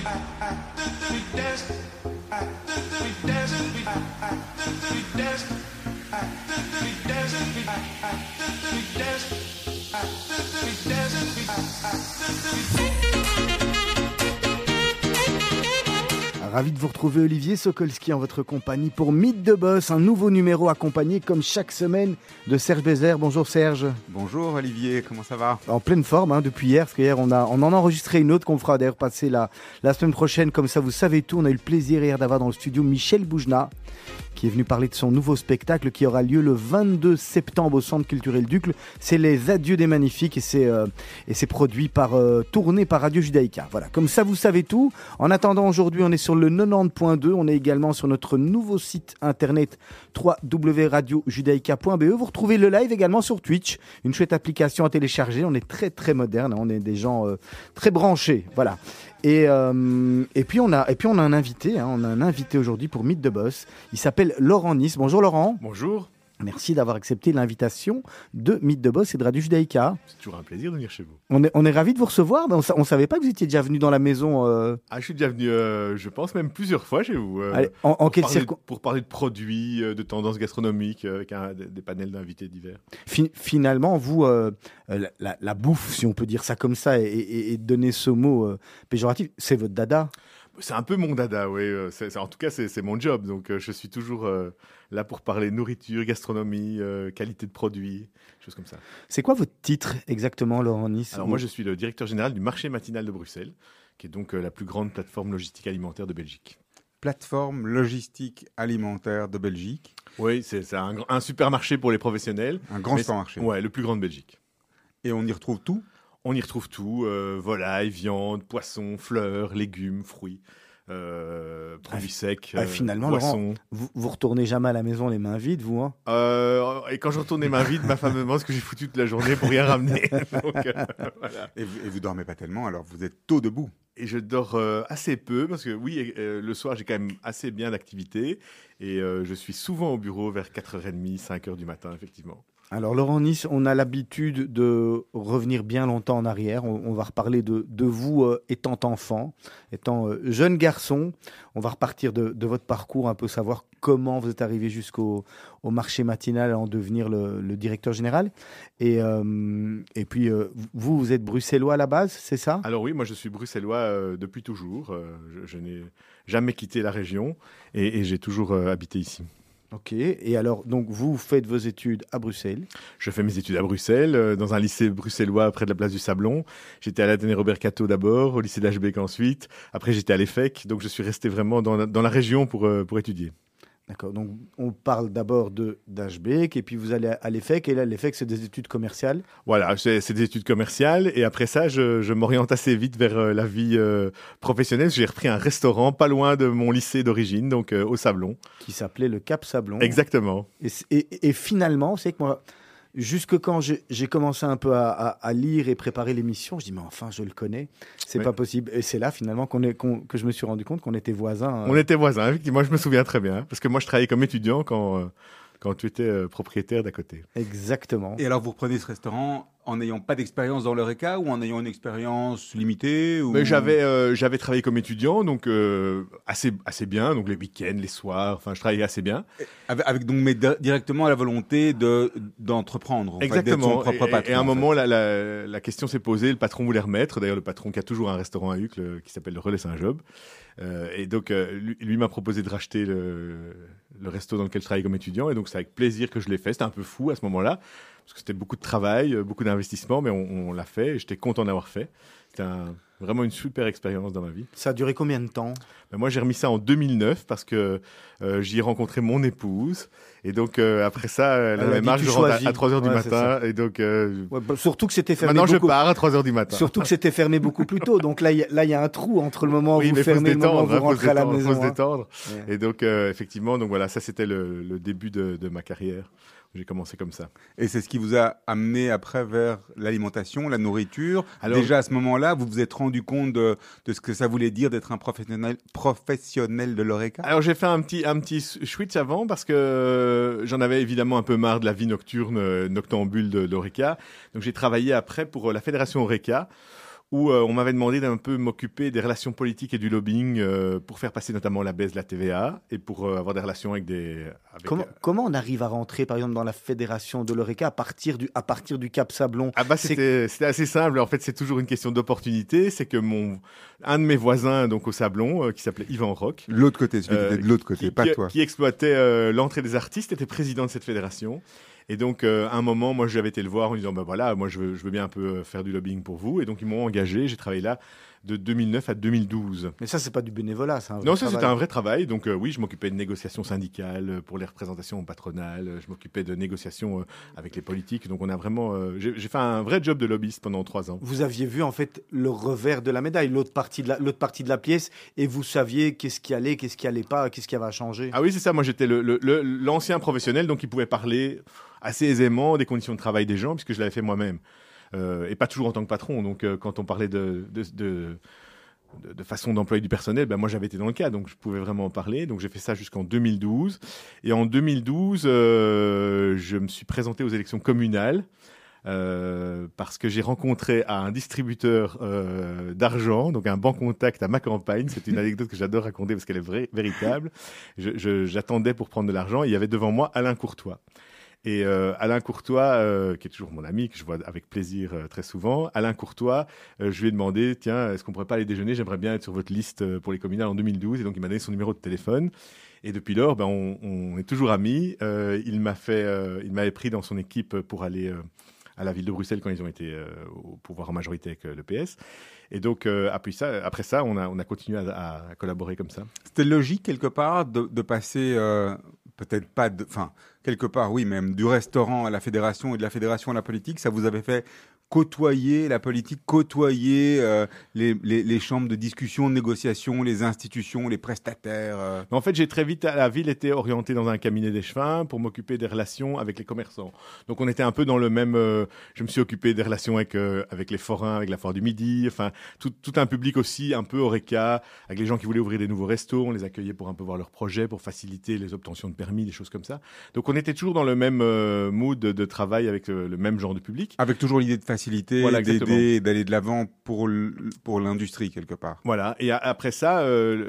Ravi de vous retrouver, Olivier Sokolski, en votre compagnie pour Mythe de Boss, un nouveau numéro accompagné comme chaque semaine de Serge Bézère. Bonjour Serge. Bonjour Olivier, comment ça va ? En pleine forme depuis hier, parce qu'hier on en a enregistré une autre qu'on fera d'ailleurs passer la semaine prochaine. Comme ça vous savez tout, on a eu le plaisir hier d'avoir dans le studio Michel Boujna, qui est venu parler de son nouveau spectacle qui aura lieu le 22 septembre au Centre culturel Ducle. C'est Les Adieux des Magnifiques et c'est produit tourné par Radio Judaïka. Voilà, comme ça vous savez tout. En attendant, aujourd'hui on est sur le 90.2, on est également sur notre nouveau site internet www.radiojudaïka.be. Vous retrouvez le live également sur Twitch, une chouette application à télécharger. On est très très moderne, on est des gens très branchés, voilà. Et puis on a un invité, on a un invité aujourd'hui pour Mythe de Boss. Il s'appelle Laurent Nice. Bonjour Laurent. Bonjour. Merci d'avoir accepté l'invitation de Mythe de Boss et de Radio Judaïka. C'est toujours un plaisir de venir chez vous. On est ravis de vous recevoir. On ne savait pas que vous étiez déjà venu dans la maison. Je suis déjà venu, je pense, même plusieurs fois chez vous. Allez, pour parler de produits, de tendances gastronomiques, avec des panels d'invités divers. Finalement, vous, la bouffe, si on peut dire ça comme ça, et donner ce mot péjoratif, c'est votre dada ? C'est un peu mon dada, oui. En tout cas, c'est mon job. Donc, je suis toujours là pour parler nourriture, gastronomie, qualité de produits, choses comme ça. C'est quoi votre titre exactement, Laurent Nice ? Alors, moi, je suis le directeur général du marché matinal de Bruxelles, qui est donc la plus grande plateforme logistique alimentaire de Belgique. Plateforme logistique alimentaire de Belgique. Oui, c'est un supermarché pour les professionnels. Un grand supermarché. Ouais, le plus grand de Belgique. Et on y retrouve tout ? On y retrouve tout, volaille, viande, poisson, fleurs, légumes, fruits, produits secs, finalement, poissons. Laurent, vous retournez jamais à la maison les mains vides, vous Et quand je retourne les mains vides, ma femme me demande ce que j'ai foutu toute la journée pour rien ramener. Donc, voilà. Et vous dormez pas tellement, alors vous êtes tôt debout. Et je dors assez peu, parce que oui, le soir, j'ai quand même assez bien d'activité. Et je suis souvent au bureau vers 4h30, 5h du matin, effectivement. Alors Laurent Nice, on a l'habitude de revenir bien longtemps en arrière. On va reparler de vous étant enfant, étant jeune garçon. On va repartir de votre parcours, un peu savoir comment vous êtes arrivé jusqu'au marché matinal en devenir le directeur général. Et puis vous êtes bruxellois à la base, c'est ça ? Alors oui, moi je suis bruxellois depuis toujours. Je n'ai jamais quitté la région et j'ai toujours habité ici. Ok, et alors, donc vous faites vos études à Bruxelles ? Je fais mes études à Bruxelles, dans un lycée bruxellois près de la place du Sablon. J'étais à l'Athénée Robert Cato d'abord, au lycée d'Ashbeek ensuite. Après, j'étais à l'EFEC, donc je suis resté vraiment dans la région pour étudier. D'accord, donc on parle d'abord d'Ashbeek, et puis vous allez à l'EFEC, et là, l'EFEC, c'est des études commerciales ? Voilà, c'est des études commerciales, et après ça, je m'oriente assez vite vers la vie professionnelle. J'ai repris un restaurant pas loin de mon lycée d'origine, donc au Sablon. Qui s'appelait le Cap Sablon. Exactement. Et finalement, c'est que moi, jusque quand j'ai commencé un peu à lire et préparer l'émission, je dis mais enfin je le connais, c'est pas possible. Et c'est là finalement que je me suis rendu compte qu'on était voisins. On était voisins, effectivement, je me souviens très bien, parce que moi je travaillais comme étudiant quand tu étais propriétaire d'à côté. Exactement. Et alors vous reprenez ce restaurant en n'ayant pas d'expérience dans l'Horeca ou en ayant une expérience limitée ou... Mais j'avais travaillé comme étudiant, donc assez bien, donc les week-ends, les soirs, enfin je travaillais assez bien. Mais directement à la volonté d'entreprendre, en exactement. Fait, d'être son propre patron. Et à un moment, la question s'est posée, le patron voulait remettre, d'ailleurs le patron qui a toujours un restaurant à Uccle qui s'appelle le Relais Saint-Job. Et donc, lui m'a proposé de racheter le resto dans lequel je travaillais comme étudiant. Et donc, c'est avec plaisir que je l'ai fait. C'était un peu fou à ce moment-là, parce que c'était beaucoup de travail, beaucoup d'investissement, mais on l'a fait et j'étais content d'avoir fait. C'était vraiment une super expérience dans ma vie. Ça a duré combien de temps ? Moi, j'ai remis ça en 2009 parce que j'y ai rencontré mon épouse. Et donc, après ça, elle avait marre, je rentre à 3h du matin. Et donc, surtout que c'était fermé. Maintenant, je pars à 3h du matin. Surtout que c'était fermé beaucoup plus tôt. Donc là, il y a un trou entre le moment où vous fermez et le moment où vous rentrez à la maison. Il faut se détendre. Ouais. Et donc, effectivement, donc voilà, ça, c'était le début de ma carrière. J'ai commencé comme ça. Et c'est ce qui vous a amené après vers l'alimentation, la nourriture. Alors, déjà à ce moment-là, vous vous êtes rendu compte de ce que ça voulait dire d'être un professionnel de l'Horeca ? Alors j'ai fait un petit switch avant parce que j'en avais évidemment un peu marre de la vie nocturne, noctambule de l'Horeca. Donc j'ai travaillé après pour la Fédération Horeca, où on m'avait demandé d'un peu m'occuper des relations politiques et du lobbying pour faire passer notamment la baisse de la TVA et pour avoir des relations avec des... Comment on arrive à rentrer, par exemple, dans la fédération de l'Horeca à partir du Cap Sablon? C'était assez simple. En fait, c'est toujours une question d'opportunité. C'est que un de mes voisins, donc au Sablon, qui s'appelait Yvan Roch, l'autre côté, celui qui était de l'autre côté, pas toi, qui exploitait l'entrée des artistes, était président de cette fédération. Et donc, à un moment, moi, j'avais été le voir en disant, voilà, moi, je veux bien un peu faire du lobbying pour vous. Et donc, ils m'ont engagé. J'ai travaillé là de 2009 à 2012. Mais ça, c'est pas du bénévolat, c'est un vrai Non, travail. Ça, c'était un vrai travail. Donc, oui, je m'occupais de négociations syndicales pour les représentations patronales. Je m'occupais de négociations avec les politiques. Donc, on a vraiment... j'ai fait un vrai job de lobbyiste pendant 3 ans. Vous aviez vu, en fait, le revers de la médaille, l'autre partie de la pièce, et vous saviez qu'est-ce qui allait pas, qu'est-ce qui avait à changer. Ah oui, c'est ça. Moi, j'étais l'ancien professionnel, donc il pouvait parler assez aisément des conditions de travail des gens, puisque je l'avais fait moi-même. Et pas toujours en tant que patron. Donc, quand on parlait de façon d'employer du personnel, moi, j'avais été dans le cas, donc je pouvais vraiment en parler. Donc, j'ai fait ça jusqu'en 2012. Et en 2012, je me suis présenté aux élections communales parce que j'ai rencontré un distributeur d'argent, donc un banc contact à ma campagne. C'est une anecdote que j'adore raconter parce qu'elle est véritable. J'attendais pour prendre de l'argent. Il y avait devant moi Alain Courtois. Et Alain Courtois, qui est toujours mon ami, que je vois avec plaisir très souvent, Alain Courtois, je lui ai demandé, tiens, est-ce qu'on pourrait pas aller déjeuner? J'aimerais bien être sur votre liste pour les communales en 2012. Et donc, il m'a donné son numéro de téléphone. Et depuis lors, on est toujours amis. Il m'avait pris dans son équipe pour aller à la ville de Bruxelles quand ils ont été au pouvoir en majorité avec le PS. Et donc, après ça, on a continué à collaborer comme ça. C'était logique, quelque part, de passer, peut-être pas, quelque part, oui, même du restaurant à la fédération et de la fédération à la politique. Ça vous avait fait côtoyer la politique, côtoyer les chambres de discussion, de négociation, les institutions, les prestataires. En fait, j'ai très vite, la ville était orientée dans un cabinet d'échevin pour m'occuper des relations avec les commerçants. Donc, on était un peu dans le même... je me suis occupé des relations avec les forains, avec la foire du Midi, enfin, tout un public aussi un peu Horeca, avec les gens qui voulaient ouvrir des nouveaux restos. On les accueillait pour un peu voir leurs projets, pour faciliter les obtentions de permis, des choses comme ça. Donc, on était toujours dans le même mood de travail avec le même genre de public. Avec toujours l'idée de faciliter, voilà, d'aider, d'aller de l'avant pour l'industrie, quelque part. Voilà. Et après ça,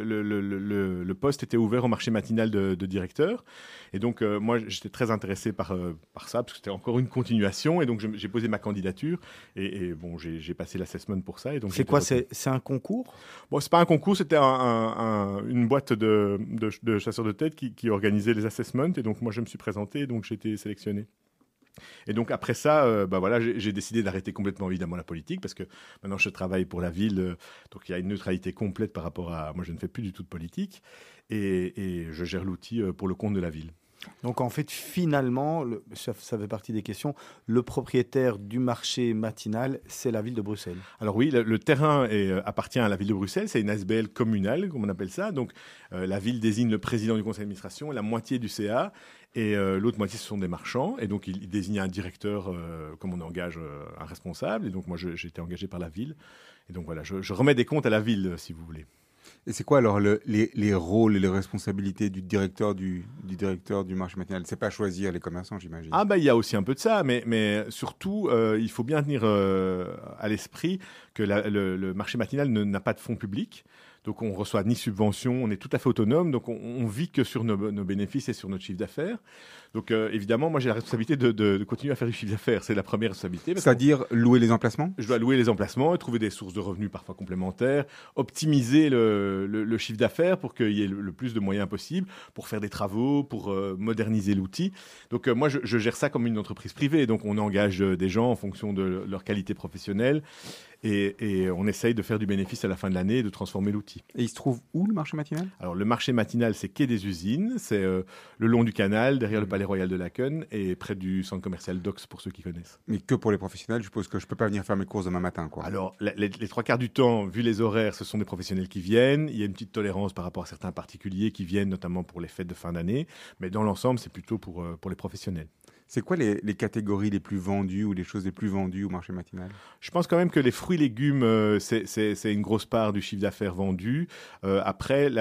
le poste était ouvert au marché matinal de directeur. Et donc, moi, j'étais très intéressé par ça, parce que c'était encore une continuation. Et donc, j'ai posé ma candidature. Et bon, j'ai passé l'assessment pour ça. Et donc, c'est quoi? C'est un concours? Bon, c'est pas un concours, c'était une boîte de chasseurs de tête qui organisait les assessments. Et donc, moi, je me suis présenté. Donc, j'ai été sélectionné. Et donc après ça, voilà, j'ai décidé d'arrêter complètement évidemment la politique parce que maintenant je travaille pour la ville, donc il y a une neutralité complète par rapport à moi. Je ne fais plus du tout de politique et je gère l'outil pour le compte de la ville. Donc en fait, finalement, ça fait partie des questions, le propriétaire du marché matinal, c'est la ville de Bruxelles. Alors oui, le terrain appartient à la ville de Bruxelles, c'est une ASBL communale, comme on appelle ça. Donc la ville désigne le président du conseil d'administration, la moitié du CA, et l'autre moitié, ce sont des marchands. Et donc il désigne un directeur, comme on engage un responsable. Et donc moi, j'ai été engagé par la ville. Et donc voilà, je remets des comptes à la ville, si vous voulez. Et c'est quoi alors les rôles et les responsabilités du directeur du marché matinal? C'est pas choisir les commerçants, j'imagine. Ah il y a aussi un peu de ça, mais surtout il faut bien tenir à l'esprit que le marché matinal n'a pas de fonds publics. Donc on reçoit ni subvention, on est tout à fait autonome, donc on vit que sur nos bénéfices et sur notre chiffre d'affaires. Donc évidemment, moi j'ai la responsabilité de continuer à faire du chiffre d'affaires, c'est la première responsabilité. C'est-à-dire louer les emplacements? Je dois louer les emplacements, trouver des sources de revenus parfois complémentaires, optimiser le chiffre d'affaires pour qu'il y ait le plus de moyens possible, pour faire des travaux, pour moderniser l'outil. Donc moi je gère ça comme une entreprise privée, donc on engage des gens en fonction de leur qualité professionnelle. Et on essaye de faire du bénéfice à la fin de l'année et de transformer l'outil. Et il se trouve où, le marché matinal? Alors, le marché matinal, c'est quai des Usines. C'est le long du canal, derrière le Palais Royal de Laken et près du centre commercial Dox, pour ceux qui connaissent. Mais que pour les professionnels, je suppose que je ne peux pas venir faire mes courses demain matin, quoi. Alors, les 3/4 du temps, vu les horaires, ce sont des professionnels qui viennent. Il y a une petite tolérance par rapport à certains particuliers qui viennent, notamment pour les fêtes de fin d'année. Mais dans l'ensemble, c'est plutôt pour les professionnels. C'est quoi les catégories les plus vendues ou les choses les plus vendues au marché matinal? Je pense quand même que les fruits et légumes, c'est une grosse part du chiffre d'affaires vendu. Après,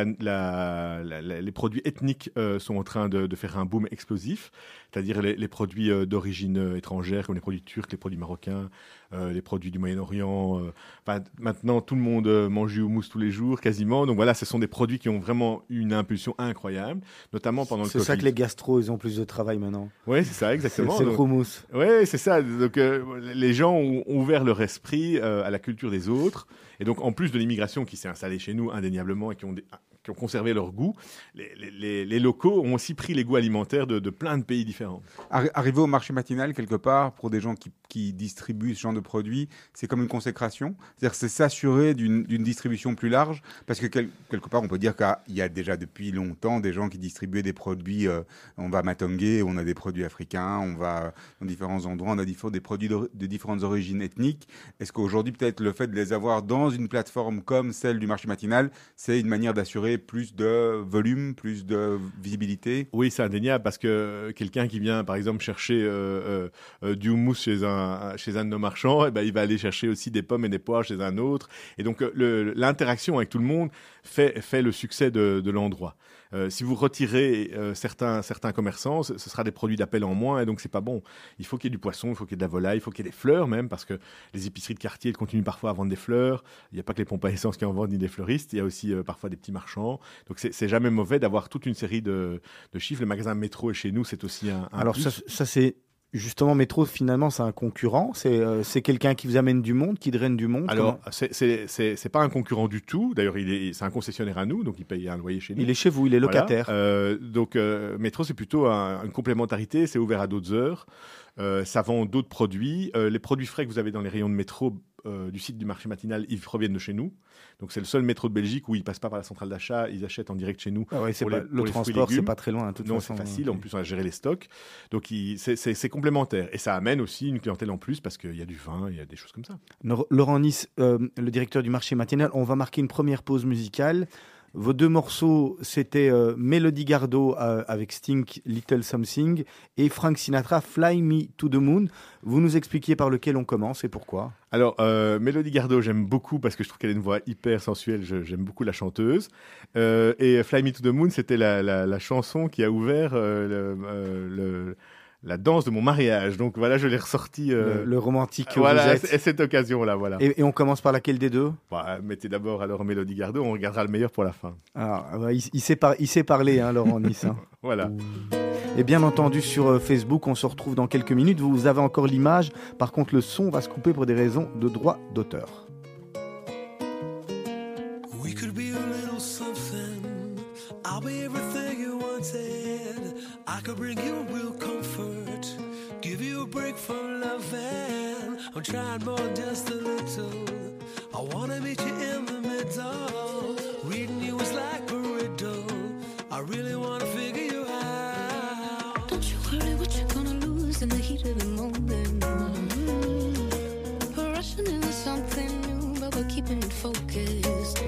les produits ethniques sont en train de faire un boom explosif, c'est-à-dire les produits d'origine étrangère, comme les produits turcs, les produits marocains, les produits du Moyen-Orient. Maintenant, tout le monde mange du houmous tous les jours, quasiment. Donc voilà, ce sont des produits qui ont vraiment eu une impulsion incroyable, notamment pendant le Covid. C'est ça que les gastros, ils ont plus de travail maintenant. Oui, c'est ça, exactement. C'est le houmous. Oui, c'est ça. Donc les gens ont ouvert leur esprit à la culture des autres. Et donc, en plus de l'immigration qui s'est installée chez nous indéniablement et qui ont conservé leur goût, les locaux ont aussi pris les goûts alimentaires de plein de pays différents. Arriver au marché matinal, quelque part, pour des gens qui distribuent ce genre de produits, c'est comme une consécration. C'est-à-dire c'est s'assurer d'une distribution plus large, parce que quelque part, on peut dire qu'il y a déjà depuis longtemps des gens qui distribuaient des produits. On va à Matongué, on a des produits africains, on va dans différents endroits, on a des produits de différentes origines ethniques. Est-ce qu'aujourd'hui, peut-être, le fait de les avoir dans une plateforme comme celle du marché matinal, c'est une manière d'assurer plus de volume, plus de visibilité? Oui, c'est indéniable, parce que quelqu'un qui vient, par exemple, chercher du houmous chez un de nos marchands, eh ben, il va aller chercher aussi des pommes et des poires chez un autre. Et donc, l'interaction avec tout le monde fait le succès de l'endroit. Si vous retirez certains commerçants, ce sera des produits d'appel en moins, et donc c'est pas bon. Il faut qu'il y ait du poisson, il faut qu'il y ait de la volaille, il faut qu'il y ait des fleurs même, parce que les épiceries de quartier continuent parfois à vendre des fleurs. Il n'y a pas que les pompes à essence qui en vendent, ni des fleuristes. Il y a aussi parfois des petits marchands. Donc c'est jamais mauvais d'avoir toute une série de chiffres. Le magasin Métro est chez nous, c'est aussi un Alors plus. ça c'est... Justement, Métro, finalement, c'est un concurrent. C'est quelqu'un qui vous amène du monde, qui draine du monde. Alors, c'est pas un concurrent du tout. D'ailleurs, c'est un concessionnaire à nous, donc il paye un loyer chez nous. Il est chez vous, il est locataire. Voilà. Donc, Métro, c'est plutôt une complémentarité. C'est ouvert à d'autres heures. Ça vend d'autres produits. Les produits frais que vous avez dans les rayons de Métro du site du marché matinal, ils proviennent de chez nous. Donc c'est le seul métro de Belgique où ils passent pas par la centrale d'achat, ils achètent en direct chez nous. Ah ouais, le transport, c'est pas très loin. Non, c'est facile. En plus, on a géré les stocks. Donc c'est complémentaire. Et ça amène aussi une clientèle en plus, parce qu'il y a du vin, il y a des choses comme ça. Laurent Nice, le directeur du marché matinal, on va marquer une première pause musicale. Vos deux morceaux, c'était Melody Gardot avec Sting, Little Something, et Frank Sinatra, Fly Me to the Moon. Vous nous expliquiez par lequel on commence et pourquoi? Alors, Melody Gardot, j'aime beaucoup parce que je trouve qu'elle a une voix hyper sensuelle. J'aime beaucoup la chanteuse. Et Fly Me to the Moon, c'était la chanson qui a ouvert la danse de mon mariage. Donc voilà, je l'ai ressorti. Le romantique que voilà, vous êtes. Et cette occasion-là, voilà. Et on commence par laquelle des deux? Mettez d'abord alors Mélodie Gardot, on regardera le meilleur pour la fin. Il sait parler, hein, Laurent Nice. Hein. Voilà. Et bien entendu, sur Facebook, on se retrouve dans quelques minutes. Vous avez encore l'image. Par contre, le son va se couper pour des raisons de droit d'auteur. We could be a little something. I'll be everything you wanted. I could bring you real comfort, give you a break from loving. I'm trying more, just a little. I wanna meet you in the middle. Reading you is like a riddle. I really wanna figure you out. Don't you worry what you're gonna lose in the heat of the moment. We're rushing into something new, but we're keeping it focused.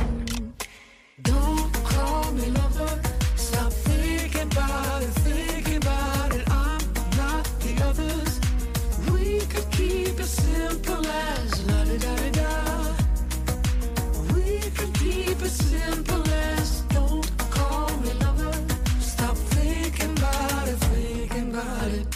Don't call me lover. Stop thinking about it, thinking about it. I'm not the others. We could keep it simple as la-di-da-di-da. We could keep it simple as don't call me lover. Stop thinking about it, thinking about it.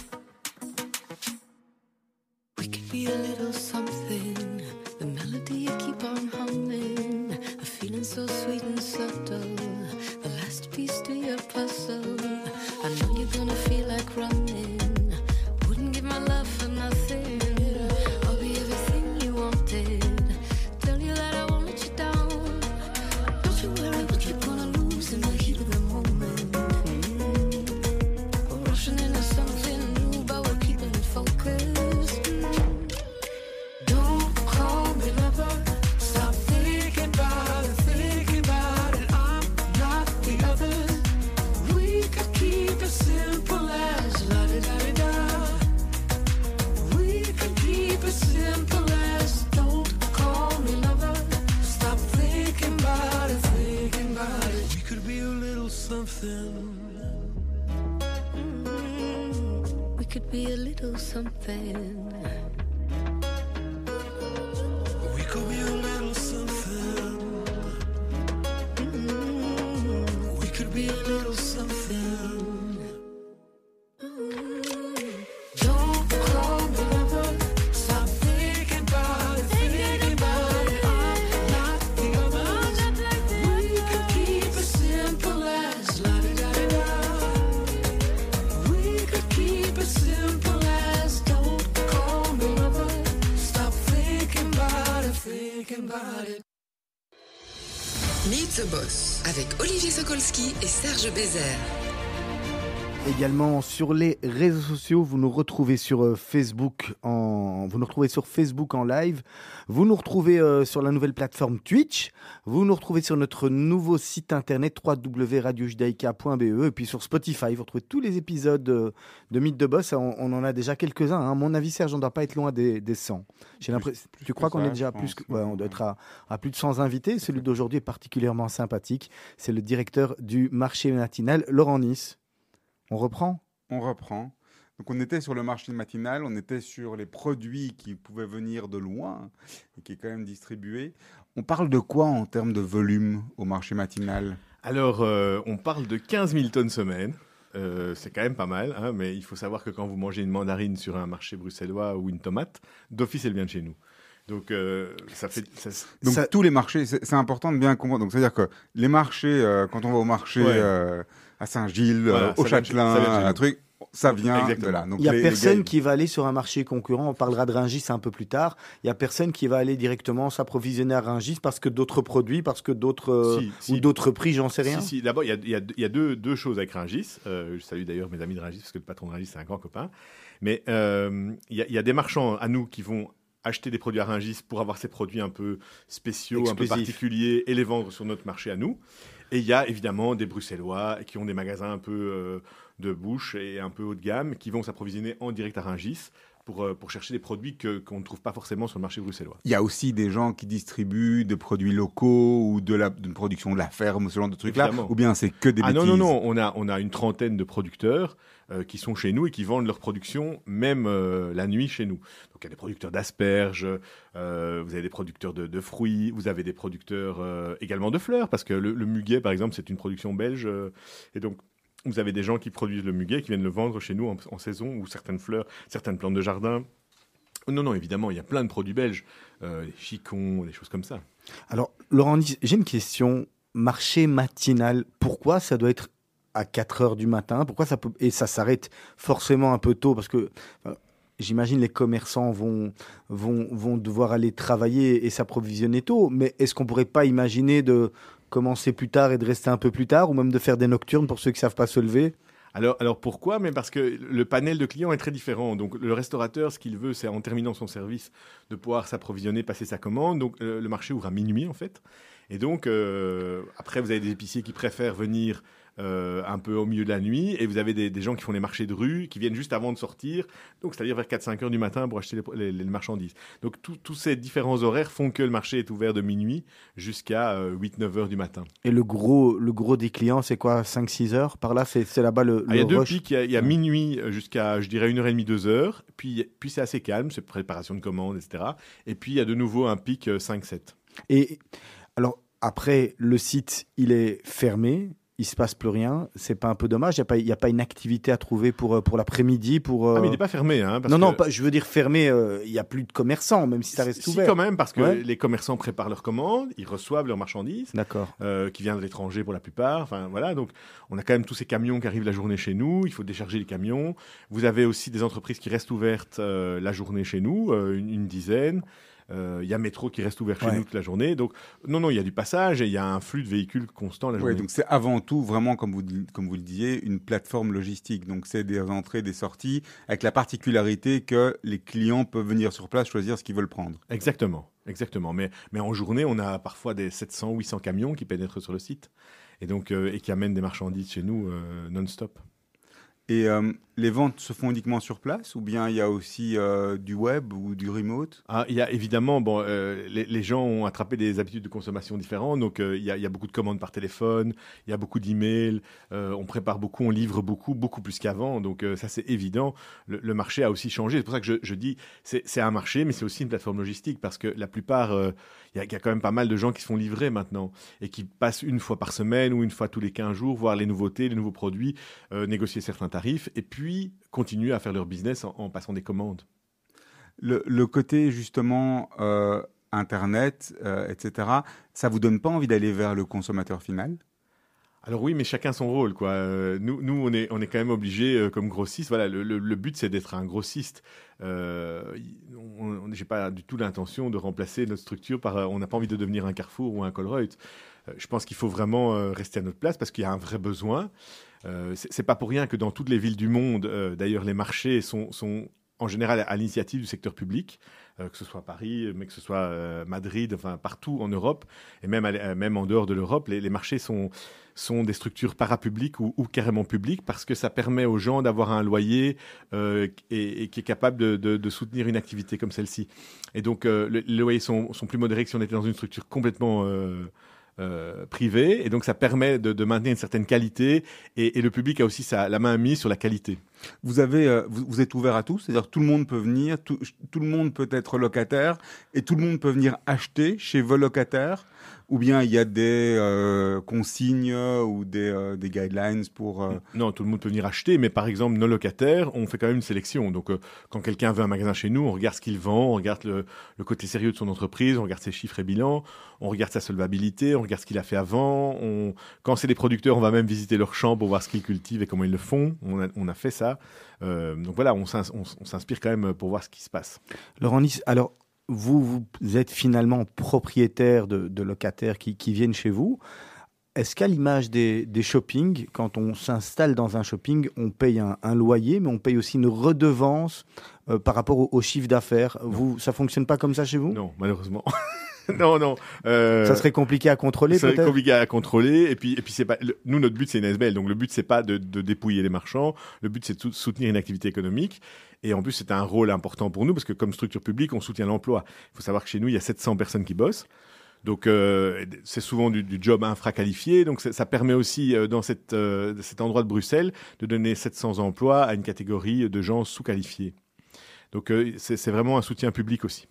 We could be a little something. The melody you keep on humming. A feeling so sweet and subtle. The last piece to your puzzle. I know you're gonna feel like running. Wouldn't give my love for nothing. I'll be everything you wanted. Tell you that I won't let you down. Don't you worry what you're gonna lose in the heat of the moment. We're rushing into something new, but we're keeping it focused. Don't call me lover. Stop thinking about it, thinking about it. I'm not the others. We could keep it simple as la-di-da-di-da. We could keep it simple as don't call me lover. Stop thinking about it, thinking about it. We could be a little something. We could be a little something. We could be a little something. We could be a little something. Don't call me lover. Stop thinking about it, thinking about it. I'm not the others. We could keep it simple as la-di-da-di-da. We could keep it simple as don't call me lover. Stop thinking about it, thinking about it. Meet the Boss avec Olivier Sokolski et Serge Bézère. Également sur les réseaux sociaux, vous nous retrouvez sur Facebook en live, vous nous retrouvez sur la nouvelle plateforme Twitch, vous nous retrouvez sur notre nouveau site internet www.radiojudaïka.be et puis sur Spotify, vous retrouvez tous les épisodes de Mythe de Boss, on en a déjà quelques-uns, hein. À mon avis Serge, on ne doit pas être loin des 100. J'ai l'impression, tu crois qu'on est déjà plus que, on doit être à plus de 100 invités, celui d'aujourd'hui est particulièrement sympathique, c'est le directeur du marché matinal, Laurent Nice. On reprend ? On reprend. Donc on était sur le marché matinal, on était sur les produits qui pouvaient venir de loin et qui est quand même distribué. On parle de quoi en termes de volume au marché matinal ? Alors, on parle de 15 000 tonnes semaine. C'est quand même pas mal, hein, mais il faut savoir que quand vous mangez une mandarine sur un marché bruxellois ou une tomate, d'office, elle vient de chez nous. Donc, ça fait... Donc, tous les marchés, c'est important de bien comprendre. Donc, c'est-à-dire que les marchés, quand on va au marché à Saint-Gilles, voilà, au Châtelain, un truc, ça vient de là. Donc, il n'y a personne qui va aller sur un marché concurrent, on parlera de Rungis un peu plus tard, il n'y a personne qui va aller directement s'approvisionner à Rungis parce que d'autres produits, parce que d'autres ou d'autres prix, j'en sais rien. Si. D'abord, il y a deux choses avec Rungis. Je salue d'ailleurs mes amis de Rungis parce que le patron de Rungis, c'est un grand copain. Mais il y a des marchands à nous qui vont acheter des produits à Rungis pour avoir ces produits un peu spéciaux, un peu particuliers et les vendre sur notre marché à nous. Et il y a évidemment des Bruxellois qui ont des magasins un peu de bouche et un peu haut de gamme qui vont s'approvisionner en direct à Rungis pour chercher des produits qu'on ne trouve pas forcément sur le marché bruxellois. Il y a aussi des gens qui distribuent des produits locaux ou d'une production de la ferme, ce genre de trucs-là. Évidemment. Ou bien c'est que des bêtises. Non, on a une trentaine de producteurs qui sont chez nous et qui vendent leur production même la nuit chez nous. Donc il y a des producteurs d'asperges, vous avez des producteurs de fruits, vous avez des producteurs également de fleurs, parce que le muguet, par exemple, c'est une production belge. Et donc, vous avez des gens qui produisent le muguet, qui viennent le vendre chez nous en saison, ou certaines fleurs, certaines plantes de jardin. Non, évidemment, il y a plein de produits belges, les chicons, des choses comme ça. Alors, Laurent, j'ai une question. Marché matinal, pourquoi ça doit être à 4 heures du matin ? Pourquoi et ça s'arrête forcément un peu tôt ? Parce que j'imagine les commerçants vont devoir aller travailler et s'approvisionner tôt. Mais est-ce qu'on ne pourrait pas imaginer de commencer plus tard et de rester un peu plus tard, ou même de faire des nocturnes pour ceux qui ne savent pas se lever ? Alors pourquoi ? Mais parce que le panel de clients est très différent. Donc le restaurateur, ce qu'il veut, c'est en terminant son service, de pouvoir s'approvisionner, passer sa commande. Donc le marché ouvre à minuit en fait. Et donc après, vous avez des épiciers qui préfèrent venir un peu au milieu de la nuit, et vous avez des gens qui font les marchés de rue, qui viennent juste avant de sortir, donc c'est-à-dire vers 4-5 heures du matin pour acheter les marchandises. Donc tous ces différents horaires font que le marché est ouvert de minuit jusqu'à 8-9 heures du matin. Et le gros des clients, c'est quoi, 5-6 heures ? Par là, c'est là-bas le il y a deux rush. pics, il y a minuit jusqu'à, je dirais, 1h30, 2h, puis c'est assez calme, c'est préparation de commandes, etc. Et puis il y a de nouveau un pic 5-7. Et alors, après, le site, il est fermé. Il ne se passe plus rien, c'est pas un peu dommage ? Il n'y a pas une activité à trouver pour l'après-midi Ah, mais il n'est pas fermé. Hein, je veux dire fermé, il n'y a plus de commerçants, même si ça reste ouvert. Si, quand même, parce que les commerçants préparent leurs commandes, ils reçoivent leurs marchandises, qui viennent de l'étranger pour la plupart. Enfin, voilà, donc on a quand même tous ces camions qui arrivent la journée chez nous, il faut décharger les camions. Vous avez aussi des entreprises qui restent ouvertes la journée chez nous, une dizaine. Il y a Métro qui reste ouvert chez nous toute la journée. Donc, non, il y a du passage et il y a un flux de véhicules constant la journée. Donc c'est avant tout, vraiment, comme vous le disiez, une plateforme logistique. Donc, c'est des entrées, des sorties, avec la particularité que les clients peuvent venir sur place, choisir ce qu'ils veulent prendre. Exactement. Mais en journée, on a parfois des 700-800 camions qui pénètrent sur le site et qui amènent des marchandises chez nous non-stop. Et les ventes se font uniquement sur place ou bien il y a aussi du web ou du remote? Il y a évidemment, les gens ont attrapé des habitudes de consommation différentes, donc il y a beaucoup de commandes par téléphone, il y a beaucoup d'emails, on prépare beaucoup, on livre beaucoup, beaucoup plus qu'avant, donc ça c'est évident. Le marché a aussi changé, c'est pour ça que je dis c'est un marché, mais c'est aussi une plateforme logistique, parce que la plupart, il y a quand même pas mal de gens qui se font livrer maintenant et qui passent une fois par semaine ou une fois tous les 15 jours, voir les nouveautés, les nouveaux produits, négocier certains tarifs et puis continuer à faire leur business en passant des commandes. Le côté justement Internet, etc., ça vous donne pas envie d'aller vers le consommateur final? Alors oui, mais chacun son rôle, quoi. Nous, on est quand même obligés, comme grossiste. Voilà, le but, c'est d'être un grossiste. J'ai pas du tout l'intention de remplacer notre structure par. On n'a pas envie de devenir un Carrefour ou un Colruyt. Je pense qu'il faut vraiment rester à notre place parce qu'il y a un vrai besoin. C'est pas pour rien que dans toutes les villes du monde, d'ailleurs, les marchés sont en général à l'initiative du secteur public, que ce soit Paris, mais que ce soit Madrid, enfin partout en Europe, et même en dehors de l'Europe, les marchés sont des structures parapubliques ou carrément publiques, parce que ça permet aux gens d'avoir un loyer et qui est capable de soutenir une activité comme celle-ci. Et donc les loyers sont plus modérés que si on était dans une structure complètement privée, et donc ça permet de maintenir une certaine qualité, et le public a aussi la main mise sur la qualité. Vous êtes ouvert à tout, c'est-à-dire tout le monde peut venir, tout le monde peut être locataire et tout le monde peut venir acheter chez vos locataires, ou bien il y a des consignes ou des guidelines pour... Non, tout le monde peut venir acheter, mais par exemple, nos locataires, on fait quand même une sélection. Donc, quand quelqu'un veut un magasin chez nous, on regarde ce qu'il vend, on regarde le côté sérieux de son entreprise, on regarde ses chiffres et bilans, on regarde sa solvabilité, on regarde ce qu'il a fait avant. Quand c'est des producteurs, on va même visiter leur champ pour voir ce qu'ils cultivent et comment ils le font. On a fait ça. Donc voilà, on s'inspire quand même pour voir ce qui se passe. Laurent Nice, alors vous êtes finalement propriétaire de locataires qui viennent chez vous. Est-ce qu'à l'image des shoppings, quand on s'installe dans un shopping, on paye un loyer, mais on paye aussi une redevance par rapport au chiffre d'affaires? Ça fonctionne pas comme ça chez vous? Non, malheureusement. Non. Ça serait compliqué à contrôler, peut-être? Ça serait compliqué à contrôler. Et puis c'est pas. Nous, notre but, c'est une SBL. Donc le but, c'est pas de dépouiller les marchands. Le but, c'est de soutenir une activité économique. Et en plus, c'est un rôle important pour nous parce que comme structure publique, on soutient l'emploi. Il faut savoir que chez nous, il y a 700 personnes qui bossent. Donc c'est souvent du job infra-qualifié. Donc ça permet aussi, dans cet endroit de Bruxelles, de donner 700 emplois à une catégorie de gens sous-qualifiés. Donc c'est vraiment un soutien public aussi.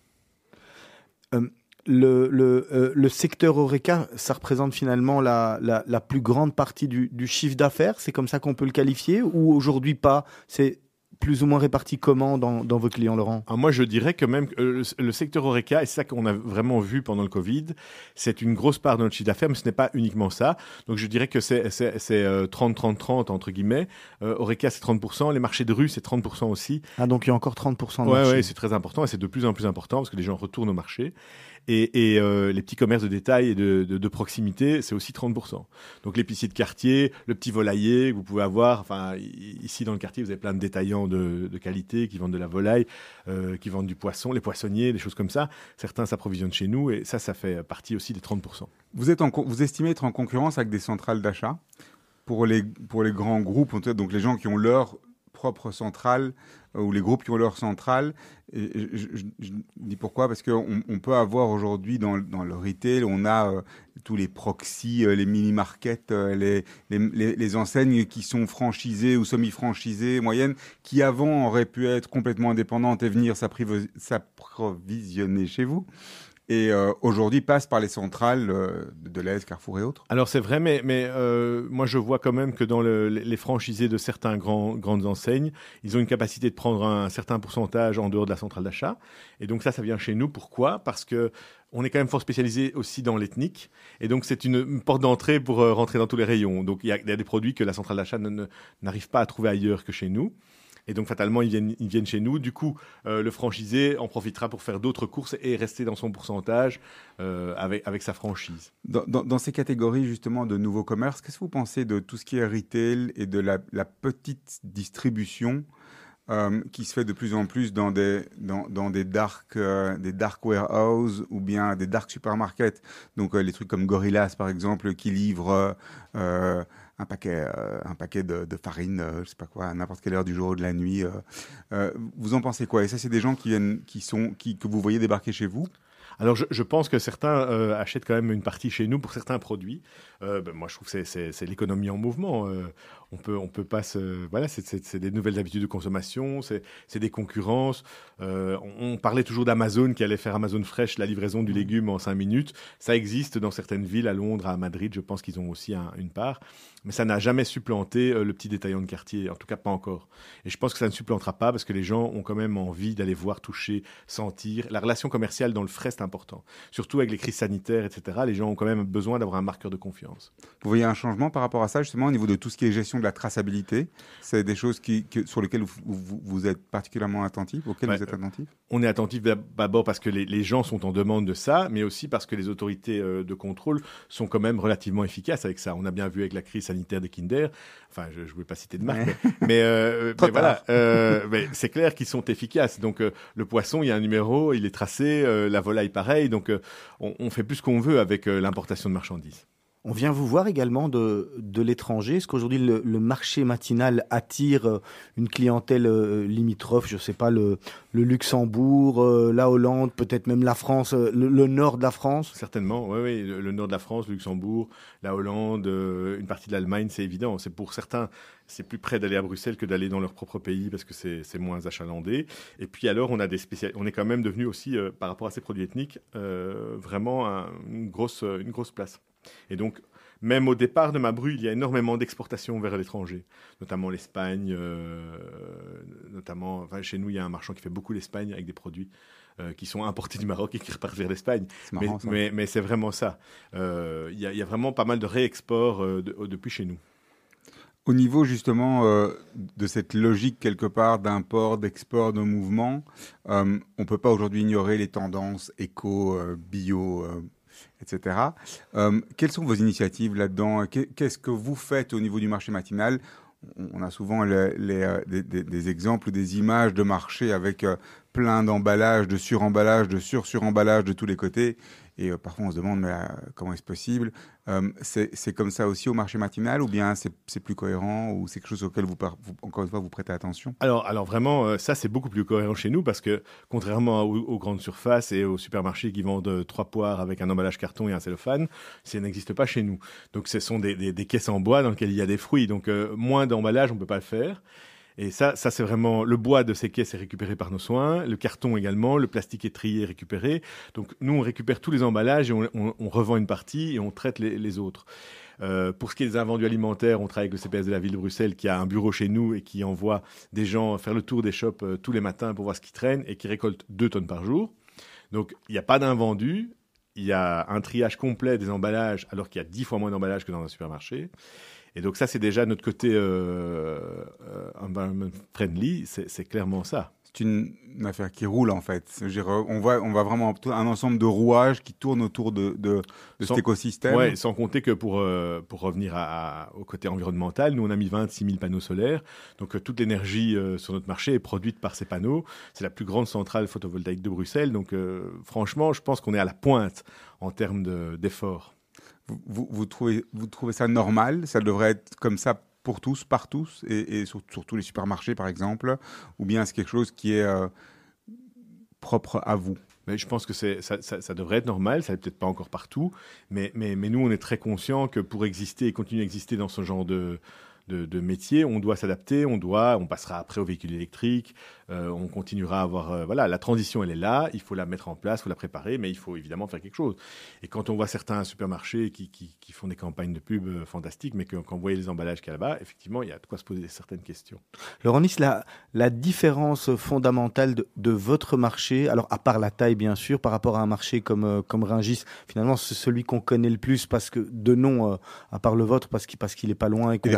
Le secteur Horeca, ça représente finalement la plus grande partie du chiffre d'affaires. C'est comme ça qu'on peut le qualifier, ou aujourd'hui pas? C'est plus ou moins réparti comment dans vos clients, Laurent? Alors moi, je dirais que même le secteur Horeca, et c'est ça qu'on a vraiment vu pendant le Covid, c'est une grosse part de notre chiffre d'affaires, mais ce n'est pas uniquement ça. Donc je dirais que c'est 30-30-30 entre guillemets. Horeca, c'est 30%. Les marchés de rue, c'est 30% aussi. Ah, donc il y a encore 30% de marché. Ouais, c'est très important et c'est de plus en plus important parce que les gens retournent au marché. Et les petits commerces de détail et de proximité, c'est aussi 30%. Donc l'épicier de quartier, le petit volailler que vous pouvez avoir. Enfin, ici dans le quartier, vous avez plein de détaillants de qualité qui vendent de la volaille, qui vendent du poisson, les poissonniers, des choses comme ça. Certains s'approvisionnent chez nous et ça fait partie aussi des 30%. Vous estimez être en concurrence avec des centrales d'achat pour les grands groupes, donc les gens qui ont leur propre centrale ou les groupes qui ont leur centrale. Et je dis pourquoi, parce qu'on peut avoir aujourd'hui dans le retail, on a tous les proxys, les mini-markets, les enseignes qui sont franchisées ou semi-franchisées, moyennes, qui avant auraient pu être complètement indépendantes et venir s'approvisionner chez vous. Et aujourd'hui passe par les centrales de Delhaize, Carrefour et autres. Alors c'est vrai, mais moi je vois quand même que dans les franchisés de certains grandes enseignes, ils ont une capacité de prendre un certain pourcentage en dehors de la centrale d'achat. Et donc ça vient chez nous. Pourquoi? Parce que on est quand même fort spécialisé aussi dans l'ethnique. Et donc c'est une porte d'entrée pour rentrer dans tous les rayons. Donc il y a des produits que la centrale d'achat n'arrive pas à trouver ailleurs que chez nous. Et donc, fatalement, ils viennent chez nous. Du coup, le franchisé en profitera pour faire d'autres courses et rester dans son pourcentage avec sa franchise. Dans ces catégories, justement, de nouveaux commerces, qu'est-ce que vous pensez de tout ce qui est retail et de la petite distribution qui se fait de plus en plus dans des dark warehouses ou bien des dark supermarkets. Donc les trucs comme Gorillaz par exemple qui livrent un paquet de farine, je sais pas quoi, à n'importe quelle heure du jour ou de la nuit. Vous en pensez quoi? Et ça, c'est des gens que vous voyez débarquer chez vous? Alors, je pense que certains achètent quand même une partie chez nous pour certains produits. Moi, je trouve que c'est l'économie en mouvement. On peut pas se... Voilà, c'est des nouvelles habitudes de consommation, c'est des concurrences. On parlait toujours d'Amazon qui allait faire Amazon Fresh, la livraison du légume en 5 minutes. Ça existe dans certaines villes, à Londres, à Madrid, je pense qu'ils ont aussi une part. Mais ça n'a jamais supplanté le petit détaillant de quartier, en tout cas pas encore. Et je pense que ça ne supplantera pas parce que les gens ont quand même envie d'aller voir, toucher, sentir. La relation commerciale dans le frais, c'est important. Surtout avec les crises sanitaires, etc. Les gens ont quand même besoin d'avoir un marqueur de confiance. Vous voyez un changement par rapport à ça, justement, au niveau de tout ce qui est gestion de la traçabilité? C'est des choses sur lesquelles vous êtes particulièrement attentif, auxquelles vous êtes attentif? On est attentif d'abord parce que les gens sont en demande de ça, mais aussi parce que les autorités de contrôle sont quand même relativement efficaces avec ça. On a bien vu avec la crise sanitaire des Kinder, enfin, je ne voulais pas citer de marque, mais voilà, mais c'est clair qu'ils sont efficaces. Donc, le poisson, il y a un numéro, il est tracé, la volaille, pareil. Donc, on fait plus ce qu'on veut avec l'importation de marchandises. On vient vous voir également de l'étranger. Est-ce qu'aujourd'hui, le marché matinal attire une clientèle limitrophe? Je ne sais pas, le Luxembourg, la Hollande, peut-être même la France, le nord de la France? Certainement, oui. Le nord de la France, le Luxembourg, la Hollande, une partie de l'Allemagne, c'est évident. C'est pour certains, c'est plus près d'aller à Bruxelles que d'aller dans leur propre pays parce que c'est moins achalandé. Et puis alors, on est quand même devenu aussi, par rapport à ces produits ethniques, vraiment une grosse place. Et donc, même au départ de ma bru, il y a énormément d'exportations vers l'étranger, notamment l'Espagne, chez nous, il y a un marchand qui fait beaucoup l'Espagne avec des produits qui sont importés du Maroc et qui repartent vers l'Espagne. C'est marrant, ça. Mais c'est vraiment ça. Il y a vraiment pas mal de réexports depuis chez nous. Au niveau justement de cette logique quelque part d'import, d'export, de mouvement, on ne peut pas aujourd'hui ignorer les tendances éco, bio, etc. Quelles sont vos initiatives là-dedans? Qu'est-ce que vous faites au niveau du marché matinal? On a souvent des exemples ou des images de marché avec plein d'emballages, de suremballage, de suremballage de tous les côtés. Et parfois, on se demande mais, comment est-ce possible? C'est comme ça aussi au marché matinal ou bien c'est plus cohérent ou c'est quelque chose auquel encore une fois, vous prêtez attention? Alors vraiment, ça, c'est beaucoup plus cohérent chez nous parce que contrairement aux grandes surfaces et aux supermarchés qui vendent 3 poires avec un emballage carton et un cellophane, ça n'existe pas chez nous. Donc, ce sont des caisses en bois dans lesquelles il y a des fruits. Donc, moins d'emballage, on ne peut pas le faire. Et ça, c'est vraiment... Le bois de ces caisses est récupéré par nos soins, le carton également, le plastique est trié et récupéré. Donc, nous, on récupère tous les emballages et on revend une partie et on traite les autres. Pour ce qui est des invendus alimentaires, on travaille avec le CPS de la ville de Bruxelles qui a un bureau chez nous et qui envoie des gens faire le tour des shops tous les matins pour voir ce qui traîne et qui récolte 2 tonnes par jour. Donc, il n'y a pas d'invendus. Il y a un triage complet des emballages alors qu'il y a 10 fois moins d'emballages que dans un supermarché. Et donc ça, c'est déjà notre côté environment friendly, c'est clairement ça. C'est une affaire qui roule en fait. On voit vraiment un ensemble de rouages qui tournent autour de cet écosystème. Oui, sans compter que pour revenir au côté environnemental, nous on a mis 26 000 panneaux solaires. Donc toute l'énergie sur notre marché est produite par ces panneaux. C'est la plus grande centrale photovoltaïque de Bruxelles. Donc franchement, je pense qu'on est à la pointe en termes d'efforts. Vous trouvez ça normal? Ça devrait être comme ça pour tous, par tous, et sur tous les supermarchés, par exemple? Ou bien c'est quelque chose qui est propre à vous? Mais je pense que ça devrait être normal, ça n'est peut-être pas encore partout, mais nous, on est très conscients que pour exister et continuer à exister dans ce genre de métier, on doit s'adapter, on passera après aux véhicules électriques, on continuera à avoir... la transition, elle est là, il faut la mettre en place, il faut la préparer, mais il faut évidemment faire quelque chose. Et quand on voit certains supermarchés qui font des campagnes de pub fantastiques, mais quand on voit les emballages qu'il y a là-bas, effectivement, il y a de quoi se poser certaines questions. Laurent Nice, la différence fondamentale de votre marché, alors à part la taille bien sûr, par rapport à un marché comme Rungis, finalement c'est celui qu'on connaît le plus parce que de nom, à part le vôtre, parce qu'il est pas loin et qu'on voit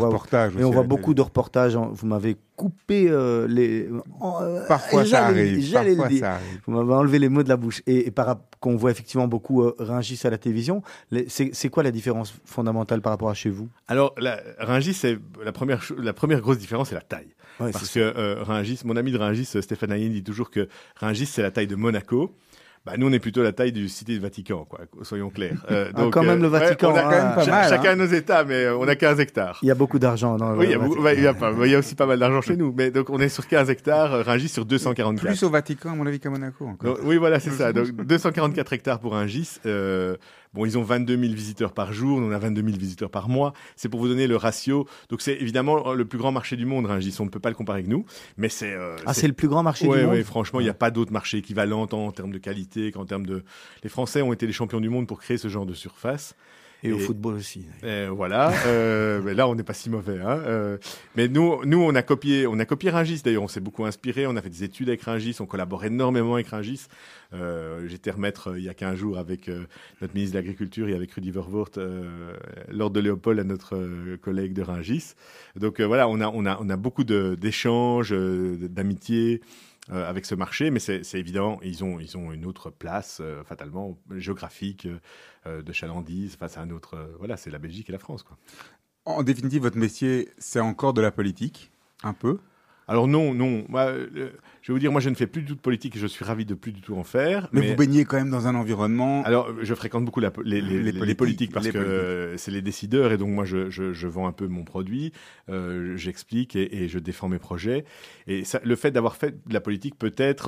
reportages. Et aussi on à voit la beaucoup télé. de reportages. Vous m'avez coupé les. Parfois ça arrive. J'allais le Parfois dire. ça arrive. Vous m'avez enlevé les mots de la bouche. Et qu'on voit effectivement beaucoup Rungis à la télévision. C'est quoi la différence fondamentale par rapport à chez vous? Alors, Rungis, c'est la première grosse différence, c'est la taille. Ouais, Parce c'est que Rungis, mon ami de Rungis, Stéphane Hayen, dit toujours que Rungis, c'est la taille de Monaco. Bah, nous, on est plutôt la taille du Cité du Vatican, quoi, soyons clairs. quand même, le Vatican, on a hein, quand même pas mal, chacun hein. nos États, mais on a 15 hectares. Il y a beaucoup d'argent dans Oui, il y a le beaucoup- Vatican. il y a aussi pas mal d'argent chez nous. Mais donc, on est sur 15 hectares, Rungis sur 244. Plus au Vatican, à mon avis, qu'à Monaco. Encore. Donc, oui, voilà, c'est ça. Donc, 244 hectares pour Rungis. Bon, ils ont 22 000 visiteurs par jour, nous on a 22 000 visiteurs par mois. C'est pour vous donner le ratio. Donc, c'est évidemment le plus grand marché du monde, Rungis. On ne peut pas le comparer avec nous. Mais c'est. C'est le plus grand marché Ouais, du monde. ouais, franchement, il n'y a pas d'autre marché équivalent tant en termes de qualité qu'en termes de. Les Français ont été les champions du monde pour créer ce genre de surface. Et au football aussi. Voilà. Mais là, on n'est pas si mauvais. Hein. Mais nous, on a copié Rungis. D'ailleurs, on s'est beaucoup inspiré. On a fait des études avec Rungis. On collabore énormément avec Rungis. J'étais remettre il y a 15 jours avec notre ministre de l'Agriculture et avec Rudy Vervoort, Lord de Léopold, à notre collègue de Rungis. Donc voilà, on a beaucoup d'échanges, d'amitié. Avec ce marché, mais c'est évident, ils ont une autre place fatalement géographique de chalandise face à un autre. Voilà, c'est la Belgique et la France, quoi. En définitive, votre métier, c'est encore de la politique, un peu. Alors non. Moi, je vais vous dire, moi, je ne fais plus du tout de politique et je suis ravi de plus du tout en faire. Mais vous baignez quand même dans un environnement. Alors, je fréquente beaucoup les politiques parce que c'est les décideurs et donc moi, je vends un peu mon produit, j'explique et je défends mes projets. Et ça, le fait d'avoir fait de la politique peut-être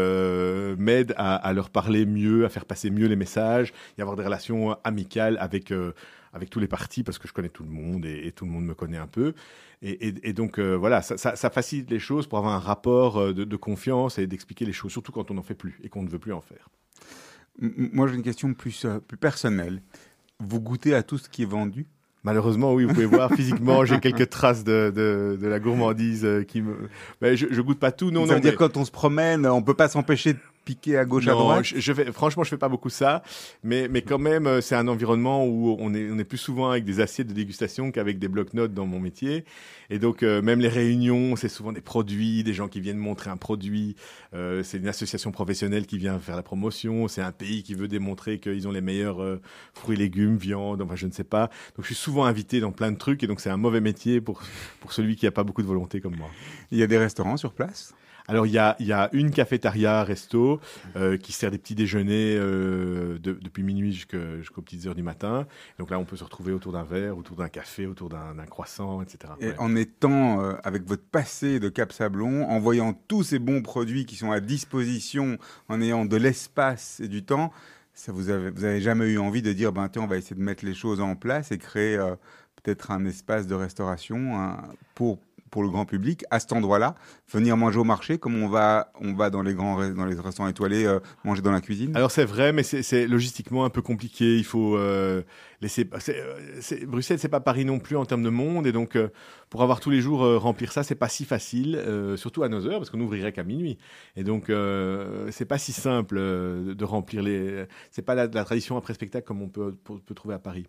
m'aide à leur parler mieux, à faire passer mieux les messages et avoir des relations amicales avec tous les partis parce que je connais tout le monde et tout le monde me connaît un peu. Et donc, voilà, ça facilite les choses pour avoir un rapport de confiance et d'expliquer les choses, surtout quand on n'en fait plus et qu'on ne veut plus en faire. Moi, j'ai une question plus personnelle. Vous goûtez à tout ce qui est vendu? Malheureusement, oui, vous pouvez voir physiquement, j'ai quelques traces de la gourmandise qui me. Mais je goûte pas tout, non. Ça veut dire mais... quand on se promène, on peut pas s'empêcher de piquer à gauche, à droite. Franchement, je fais pas beaucoup ça, mais quand même, c'est un environnement où on est plus souvent avec des assiettes de dégustation qu'avec des blocs-notes dans mon métier. Et donc, même les réunions, c'est souvent des produits, des gens qui viennent montrer un produit. C'est une association professionnelle qui vient faire la promotion. C'est un pays qui veut démontrer qu'ils ont les meilleurs fruits, légumes, viande. Enfin, je ne sais pas. Donc, je suis souvent invité dans plein de trucs, et donc c'est un mauvais métier pour celui qui a pas beaucoup de volonté comme moi. Il y a des restaurants sur place? Alors, il y a une cafétéria resto qui sert des petits déjeuners depuis minuit jusqu'aux petites heures du matin. Donc là, on peut se retrouver autour d'un verre, autour d'un café, autour d'un croissant, etc. Et Ouais. en étant avec votre passé de Cap Sablon, en voyant tous ces bons produits qui sont à disposition, en ayant de l'espace et du temps, vous avez jamais eu envie de dire, tiens, on va essayer de mettre les choses en place et créer peut-être un espace de restauration pour le grand public à cet endroit-là, venir manger au marché comme on va dans les restaurants étoilés manger dans la cuisine. Alors c'est vrai, mais c'est logistiquement un peu compliqué. Il faut laisser. Bruxelles, c'est pas Paris non plus en termes de monde, et donc pour avoir tous les jours remplir ça, c'est pas si facile, surtout à nos heures, parce qu'on n'ouvrirait qu'à minuit. Et donc c'est pas si simple de remplir les. C'est pas la tradition après spectacle comme on peut trouver à Paris.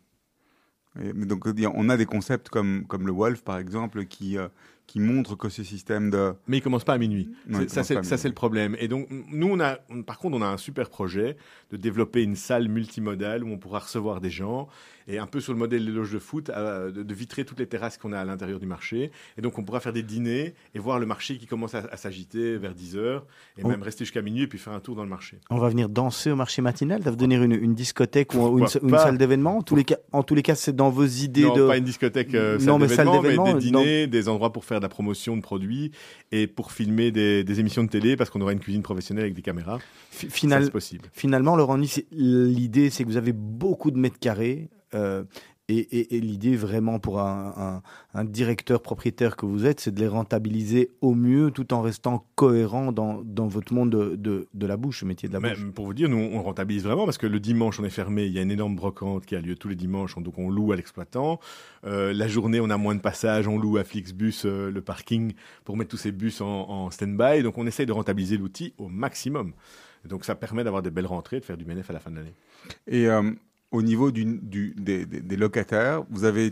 Mais donc on a des concepts comme le Wolf par exemple qui montrent que ce système de... Mais il commence pas à minuit. Non, Ça, c'est le problème. Et donc, nous, par contre, on a un super projet de développer une salle multimodale où on pourra recevoir des gens et un peu sur le modèle des loges de foot, de vitrer toutes les terrasses qu'on a à l'intérieur du marché. Et donc, on pourra faire des dîners et voir le marché qui commence à s'agiter vers 10h et même rester jusqu'à minuit et puis faire un tour dans le marché. On va venir danser au marché matinal, ça va devenir une discothèque ou une Pourquoi pas salle d'événement. En tous les cas, c'est dans vos idées Non, de... pas une discothèque, Non, mais salle d'événement, mais des dîners, des endroits pour faire de la promotion de produits et pour filmer des émissions de télé parce qu'on aura une cuisine professionnelle avec des caméras. Ça, c'est possible. Finalement, Laurent Nuit, l'idée, c'est que vous avez beaucoup de mètres carrés. Et l'idée vraiment pour un directeur propriétaire que vous êtes, c'est de les rentabiliser au mieux tout en restant cohérent dans votre monde de la bouche, le métier de la bouche. Même pour vous dire, nous on rentabilise vraiment parce que le dimanche on est fermé, il y a une énorme brocante qui a lieu tous les dimanches, donc on loue à l'exploitant. La journée on a moins de passages, on loue à Flixbus le parking pour mettre tous ces bus en stand-by, donc on essaye de rentabiliser l'outil au maximum. Donc ça permet d'avoir des belles rentrées, de faire du bénéfice à la fin de l'année. Et au niveau des locataires, vous avez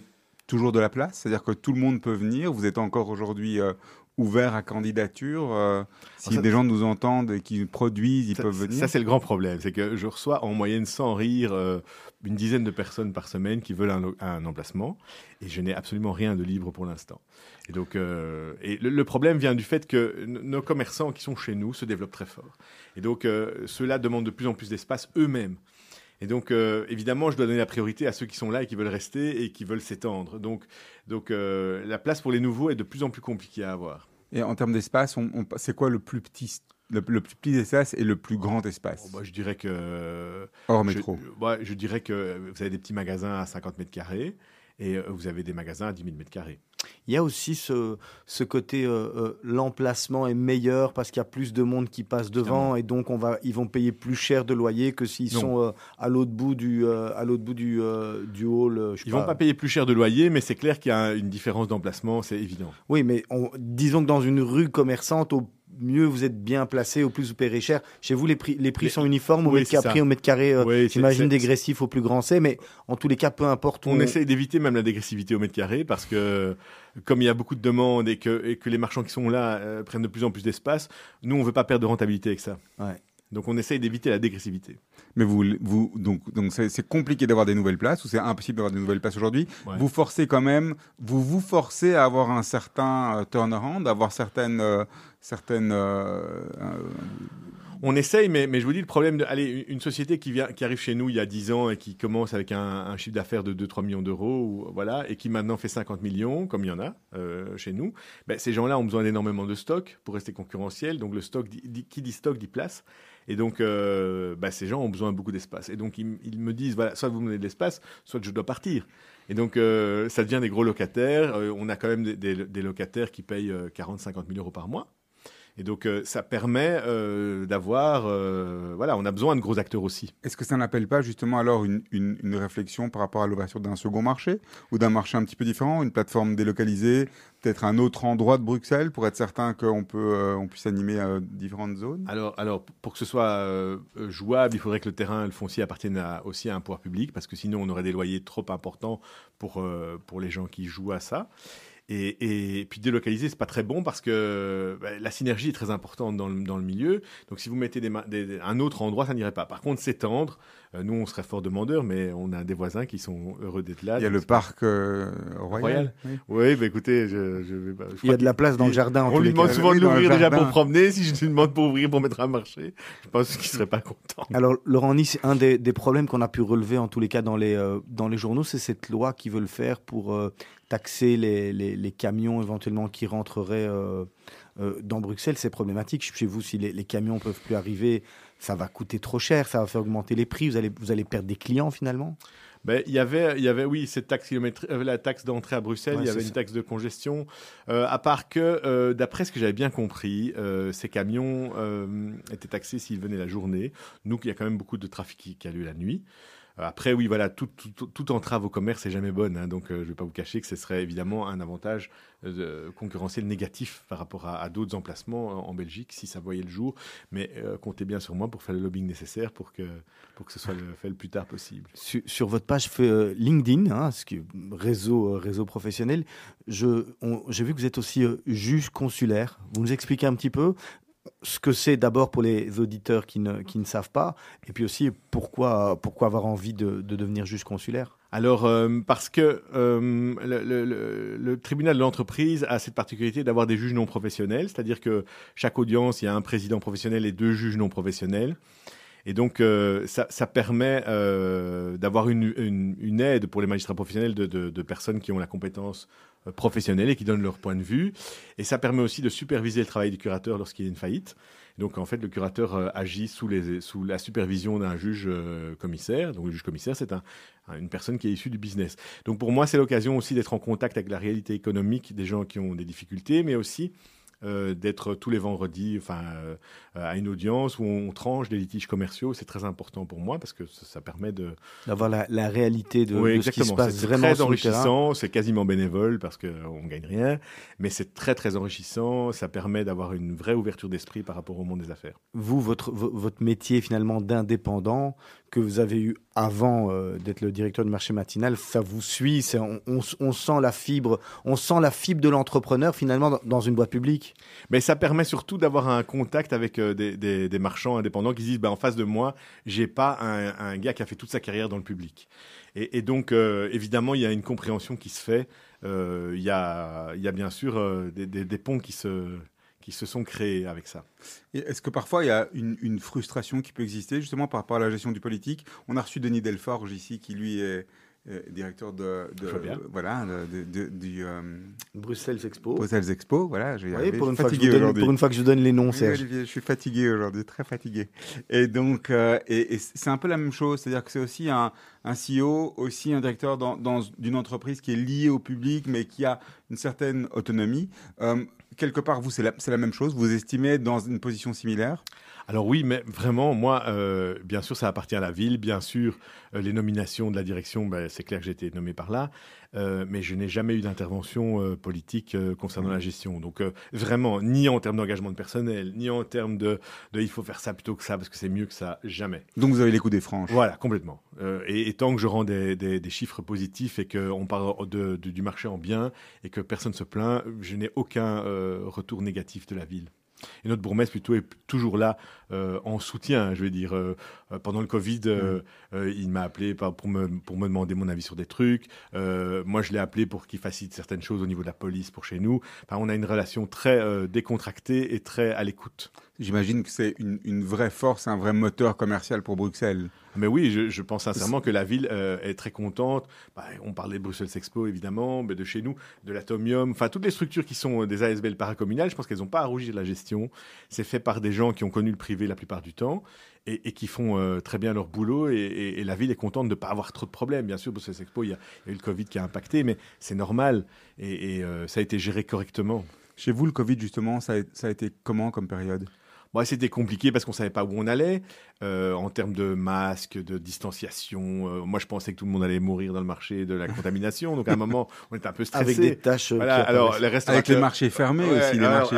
toujours de la place? C'est-à-dire que tout le monde peut venir? Vous êtes encore aujourd'hui ouvert à candidature? Si ça, des gens nous entendent et qui produisent, ils peuvent venir? Ça, c'est le grand problème. C'est que je reçois en moyenne, sans rire, une dizaine de personnes par semaine qui veulent un emplacement. Et je n'ai absolument rien de libre pour l'instant. Et donc, le problème vient du fait que nos commerçants qui sont chez nous se développent très fort. Et donc, ceux-là demandent de plus en plus d'espace eux-mêmes. Et donc, évidemment, je dois donner la priorité à ceux qui sont là et qui veulent rester et qui veulent s'étendre. Donc, la place pour les nouveaux est de plus en plus compliquée à avoir. Et en termes d'espace, c'est quoi le plus petit espace et le plus grand espace? Je dirais que... Hors métro. Je dirais que vous avez des petits magasins à 50 mètres carrés et vous avez des magasins à 10 000 mètres carrés. Il y a aussi ce côté, l'emplacement est meilleur parce qu'il y a plus de monde qui passe devant et donc ils vont payer plus cher de loyer que s'ils sont à l'autre bout du hall. Ils vont pas payer plus cher de loyer, mais c'est clair qu'il y a une différence d'emplacement, c'est évident. Oui, mais disons que dans une rue commerçante, au mieux vous êtes bien placé, au plus vous paierez cher. Chez vous, les prix sont uniformes au mètre carré. J'imagine dégressif au plus grand c'est, mais en tous les cas, peu importe. On essaie d'éviter même la dégressivité au mètre carré parce que comme il y a beaucoup de demandes et que les marchands qui sont là prennent de plus en plus d'espace, nous on veut pas perdre de rentabilité avec ça. Ouais. Donc on essaye d'éviter la dégressivité. Mais donc c'est compliqué d'avoir des nouvelles places ou c'est impossible d'avoir des nouvelles places aujourd'hui. Ouais. Vous forcez à avoir un certain turnaround, d'avoir certaines On essaye, mais je vous dis, le problème une société qui arrive chez nous il y a 10 ans et qui commence avec un chiffre d'affaires de 2-3 millions d'euros, voilà, et qui maintenant fait 50 millions, comme il y en a chez nous, ces gens-là ont besoin d'énormément de stock pour rester concurrentiels. Donc le stock, qui dit stock dit place. Et donc, ces gens ont besoin de beaucoup d'espace. Et donc, ils me disent, voilà, soit vous me donnez de l'espace, soit je dois partir. Et donc, ça devient des gros locataires. On a quand même des locataires qui payent 40-50 000 euros par mois. Et donc, ça permet d'avoir... on a besoin de gros acteurs aussi. Est-ce que ça n'appelle pas justement alors une réflexion par rapport à l'ouverture d'un second marché ou d'un marché un petit peu différent, une plateforme délocalisée, peut-être un autre endroit de Bruxelles pour être certain qu'on puisse animer différentes zones? Alors, pour que ce soit jouable, il faudrait que le terrain, le foncier appartienne aussi à un pouvoir public parce que sinon, on aurait des loyers trop importants pour les gens qui jouent à ça. Et puis délocaliser, c'est pas très bon parce que la synergie est très importante dans le milieu. Donc si vous mettez un autre endroit, ça n'irait pas. Par contre, s'étendre, nous on serait fort demandeurs, mais on a des voisins qui sont heureux d'être là. Il y a le parc Royal. Oui, écoutez, je vais pas. Il y a de la place dans le jardin. On lui demande souvent de l'ouvrir déjà pour promener. Si je lui demande pour ouvrir pour mettre un marché, je pense qu'il serait pas content. Alors Laurent Nice, un des problèmes qu'on a pu relever en tous les cas dans les journaux, c'est cette loi qui veut le faire pour taxer les camions éventuellement qui rentreraient dans Bruxelles. C'est problématique. Chez vous, si les camions ne peuvent plus arriver, ça va coûter trop cher, ça va faire augmenter les prix, vous allez perdre des clients finalement. Il y avait oui, cette taxe la taxe d'entrée à Bruxelles, il y avait une taxe de congestion. À part que, d'après ce que j'avais bien compris, ces camions étaient taxés s'ils venaient la journée. Nous, il y a quand même beaucoup de trafic qui a lieu la nuit. Après, oui, voilà, toute entrave au commerce n'est jamais bonne. Donc, je ne vais pas vous cacher que ce serait évidemment un avantage concurrentiel négatif par rapport à d'autres emplacements en Belgique, si ça voyait le jour. Mais comptez bien sur moi pour faire le lobbying nécessaire pour que ce soit fait le plus tard possible. Sur votre page LinkedIn, réseau professionnel, j'ai vu que vous êtes aussi juge consulaire. Vous nous expliquez un petit peu ce que c'est d'abord pour les auditeurs qui ne savent pas, et puis aussi pourquoi avoir envie de devenir juge consulaire? Alors, parce que le tribunal de l'entreprise a cette particularité d'avoir des juges non professionnels, c'est-à-dire que chaque audience, il y a un président professionnel et 2 juges non professionnels. Et donc, ça permet d'avoir une aide pour les magistrats professionnels de personnes qui ont la compétence professionnelle et qui donnent leur point de vue. Et ça permet aussi de superviser le travail du curateur lorsqu'il y a une faillite. Donc, en fait, le curateur agit sous la supervision d'un juge commissaire. Donc, le juge commissaire, c'est une personne qui est issue du business. Donc, pour moi, c'est l'occasion aussi d'être en contact avec la réalité économique des gens qui ont des difficultés, mais aussi d'être tous les vendredis à une audience où on tranche des litiges commerciaux. C'est très important pour moi parce que ça permet d'avoir la réalité de ce qui se passe vraiment très sur le terrain. enrichissant, c'est quasiment bénévole parce qu'on ne gagne rien, mais c'est très très enrichissant, ça permet d'avoir une vraie ouverture d'esprit par rapport au monde des affaires. Vous, votre métier finalement d'indépendant, que vous avez eu avant d'être le directeur du marché matinal, ça vous suit, on sent la fibre de l'entrepreneur finalement dans une boîte publique. Mais ça permet surtout d'avoir un contact avec des marchands indépendants qui se disent en face de moi, j'ai pas un gars qui a fait toute sa carrière dans le public. Et donc, évidemment, il y a une compréhension qui se fait. Il y a bien sûr des ponts qui se sont créés avec ça. Et est-ce que parfois il y a une frustration qui peut exister justement par rapport à la gestion du politique? On a reçu Denis Delforge ici qui lui est directeur du Bruxelles Expo. Bruxelles Expo, voilà, je vais y arriver. Pour Je une suis fois que fatigué aujourd'hui. pour une fois que je vous donne les noms, Oui, Serge. Olivier, je suis fatigué aujourd'hui, très fatigué. Et donc, et c'est un peu la même chose, c'est-à-dire que c'est aussi un CEO, aussi un directeur d'une entreprise qui est liée au public, mais qui a une certaine autonomie. Quelque part, vous, c'est la même chose. Vous estimez dans une position similaire? Alors oui, mais vraiment, moi, bien sûr, ça appartient à la ville. Bien sûr, les nominations de la direction, c'est clair que j'ai été nommé par là. Mais je n'ai jamais eu d'intervention politique concernant la gestion. Donc vraiment, ni en termes d'engagement de personnel, ni en termes de il faut faire ça plutôt que ça, parce que c'est mieux que ça, jamais. Donc vous avez les coups des franges. Voilà, complètement. Et tant que je rends des chiffres positifs et qu'on parle du marché en bien et que personne ne se plaint, je n'ai aucun retour négatif de la ville. Et notre bourgmestre plutôt est toujours là en soutien, je veux dire. Pendant le Covid, il m'a appelé pour me demander mon avis sur des trucs. Moi, je l'ai appelé pour qu'il facilite certaines choses au niveau de la police pour chez nous. Enfin, on a une relation très décontractée et très à l'écoute. J'imagine que c'est une vraie force, un vrai moteur commercial pour Bruxelles. Mais oui, je pense sincèrement que la ville est très contente. On parlait de Bruxelles Expo, évidemment, mais de chez nous, de l'Atomium, enfin toutes les structures qui sont des ASBL paracommunales, je pense qu'elles n'ont pas à rougir de la gestion. C'est fait par des gens qui ont connu le privé la plupart du temps et qui font très bien leur boulot. Et la ville est contente de ne pas avoir trop de problèmes. Bien sûr, Bruxelles Expo, il y a eu le Covid qui a impacté, mais c'est normal et ça a été géré correctement. Chez vous, le Covid, justement, ça a été comment comme période? C'était compliqué parce qu'on ne savait pas où on allait, en termes de masques, de distanciation. Moi, je pensais que tout le monde allait mourir dans le marché de la contamination. Donc, à un moment, on était un peu stressé. Avec des tâches. Voilà, alors, les restaurateurs... Avec les marchés fermés aussi.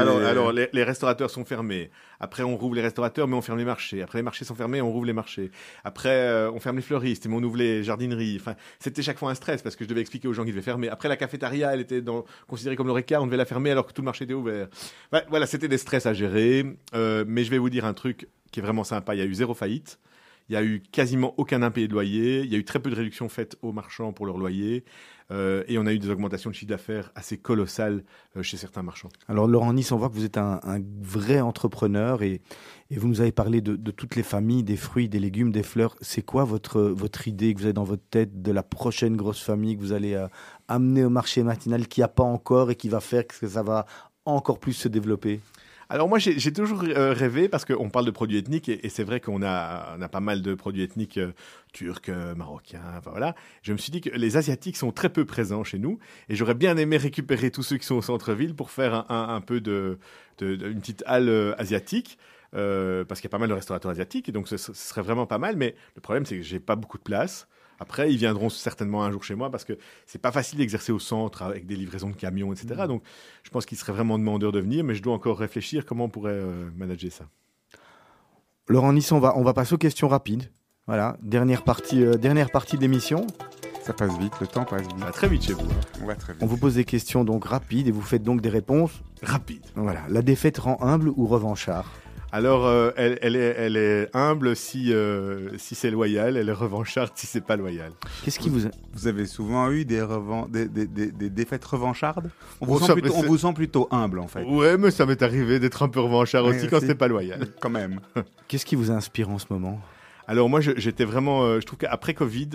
Les restaurateurs sont fermés. Après, on rouvre les restaurateurs, mais on ferme les marchés. Après, les marchés sont fermés, on rouvre les marchés. Après, on ferme les fleuristes, mais on ouvre les jardineries. Enfin, c'était chaque fois un stress parce que je devais expliquer aux gens qu'ils devaient fermer. Après, la cafétéria, elle était considérée comme l'Oreca, on devait la fermer alors que tout le marché était ouvert. Voilà, c'était des stress à gérer. Mais je vais vous dire un truc qui est vraiment sympa. Il y a eu 0 faillite. Il y a eu quasiment aucun impayé de loyer. Il y a eu très peu de réductions faites aux marchands pour leur loyer. Et on a eu des augmentations de chiffre d'affaires assez colossales chez certains marchands. Alors Laurent Nice, on voit que vous êtes un vrai entrepreneur et vous nous avez parlé de toutes les familles, des fruits, des légumes, des fleurs. C'est quoi votre idée que vous avez dans votre tête de la prochaine grosse famille que vous allez amener au marché matinal qu'il n'y a pas encore et qui va faire que ça va encore plus se développer? Alors moi, j'ai toujours rêvé, parce qu'on parle de produits ethniques, et c'est vrai qu'on a pas mal de produits ethniques turcs, marocains, enfin voilà. Je me suis dit que les Asiatiques sont très peu présents chez nous, et j'aurais bien aimé récupérer tous ceux qui sont au centre-ville pour faire un peu une petite halle asiatique. Parce qu'il y a pas mal de restaurateurs asiatiques, et donc ce serait vraiment pas mal, mais le problème, c'est que j'ai pas beaucoup de place. Après, ils viendront certainement un jour chez moi parce que c'est pas facile d'exercer au centre avec des livraisons de camions, etc. Donc, je pense qu'ils seraient vraiment demandeurs de venir, mais je dois encore réfléchir comment on pourrait manager ça. Laurent Nice, on va passer aux questions rapides. Voilà, dernière partie de l'émission. Ça passe vite, le temps passe vite. Ça va très vite chez vous. On va très vite. On vous pose des questions donc rapides et vous faites donc des réponses rapides. Voilà, la défaite rend humble ou revanchard? Alors, elle est humble si c'est loyal, elle est revancharde si c'est pas loyal. Qu'est-ce qui vous... Vous avez souvent eu des défaites revanchardes? On Bon, vous sent plutôt humble, en fait. Ouais, mais ça m'est arrivé d'être un peu revanchard aussi quand c'est pas loyal. Quand même. Qu'est-ce qui vous inspire en ce moment? Alors moi, j'étais vraiment... je trouve qu'après Covid,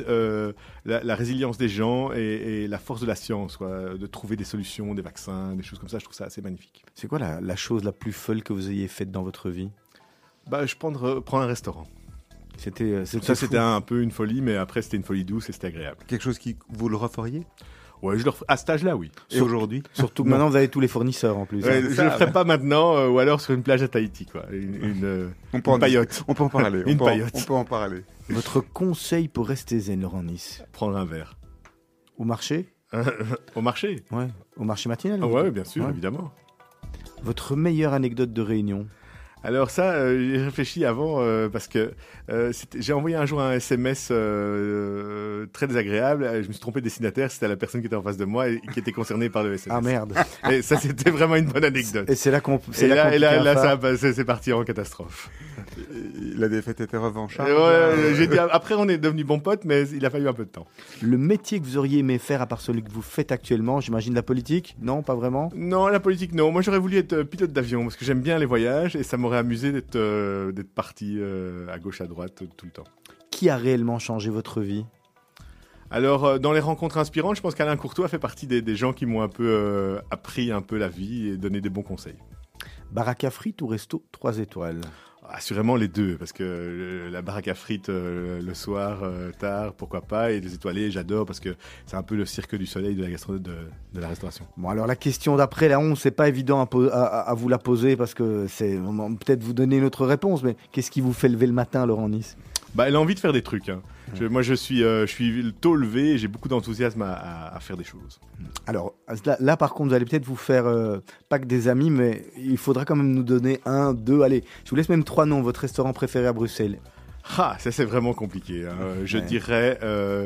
la résilience des gens et la force de la science, de trouver des solutions, des vaccins, des choses comme ça, je trouve ça assez magnifique. C'est quoi la chose la plus folle que vous ayez faite dans votre vie? Je prends un restaurant. C'était un peu une folie, mais après, c'était une folie douce et c'était agréable. Quelque chose vous le referiez? Ouais, à cet âge-là, oui. Et aujourd'hui? Surtout que maintenant, vous avez tous les fournisseurs en plus. Ouais, je le ferai pas maintenant, ou alors sur une plage à Tahiti, quoi. Une paillote. On peut en parler. Une paillote. On peut en parler. Votre conseil pour rester zen, Laurent Nice? Prendre un verre. Au marché? Au marché? Ouais, au marché matinal. Ouais, bien sûr, Ouais. évidemment. Votre meilleure anecdote de réunion? Alors ça, j'ai réfléchi avant parce que j'ai envoyé un jour un SMS très désagréable. Je me suis trompé de destinataire, c'était la personne qui était en face de moi et qui était concernée par le SMS. Ah merde. Et ça, c'était vraiment une bonne anecdote. Et c'est là qu'on. Et là, c'est parti en catastrophe. La défaite était revancharde. J'ai dit, après, on est devenus bons potes, mais il a fallu un peu de temps. Le métier que vous auriez aimé faire à part celui que vous faites actuellement, j'imagine la politique? Non, pas vraiment. Non, la politique, non. Moi, j'aurais voulu être pilote d'avion parce que j'aime bien les voyages et ça m'aurait amusé d'être parti à gauche, à droite tout le temps. Qui a réellement changé votre vie? Alors, dans les rencontres inspirantes, je pense qu'Alain Courtois fait partie des gens qui m'ont un peu appris un peu la vie et donné des bons conseils. Baraque à frites ou resto 3 étoiles? Assurément les deux, parce que la baraque à frites le soir, tard, pourquoi pas, et les étoilés, j'adore, parce que c'est un peu le cirque du soleil de la gastronomie, de la restauration. Bon, alors la question d'après, la 11, c'est pas évident à vous la poser, parce que c'est peut-être vous donner une autre réponse, mais qu'est-ce qui vous fait lever le matin, Laurent Nice? Elle a envie de faire des trucs. Hein. Moi, je suis tôt levé et j'ai beaucoup d'enthousiasme à faire des choses. Alors là, par contre, vous allez peut-être vous faire pas que des amis, mais il faudra quand même nous donner 1, 2, allez, je vous laisse même 3 noms, votre restaurant préféré à Bruxelles. Ça c'est vraiment compliqué. Hein. Je dirais...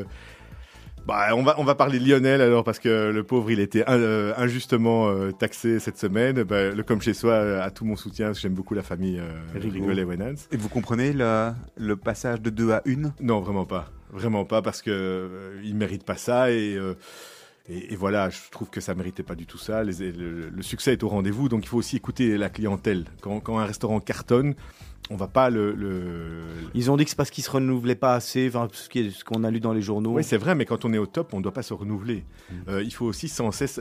on va parler de Lionel alors parce que le pauvre il était injustement taxé cette semaine. Le comme chez soi a tout mon soutien parce que j'aime beaucoup la famille Rigolet-Wenans. Et vous comprenez le passage de 2 à 1? Non, vraiment pas parce que il mérite pas ça et voilà, je trouve que ça méritait pas du tout ça. Le succès est au rendez-vous, donc il faut aussi écouter la clientèle. Quand un restaurant cartonne, on va pas Ils ont dit que c'est parce qu'ils se renouvelaient pas assez, enfin, ce qu'on a lu dans les journaux. Oui, c'est vrai, mais quand on est au top, on ne doit pas se renouveler. Il faut aussi sans cesse...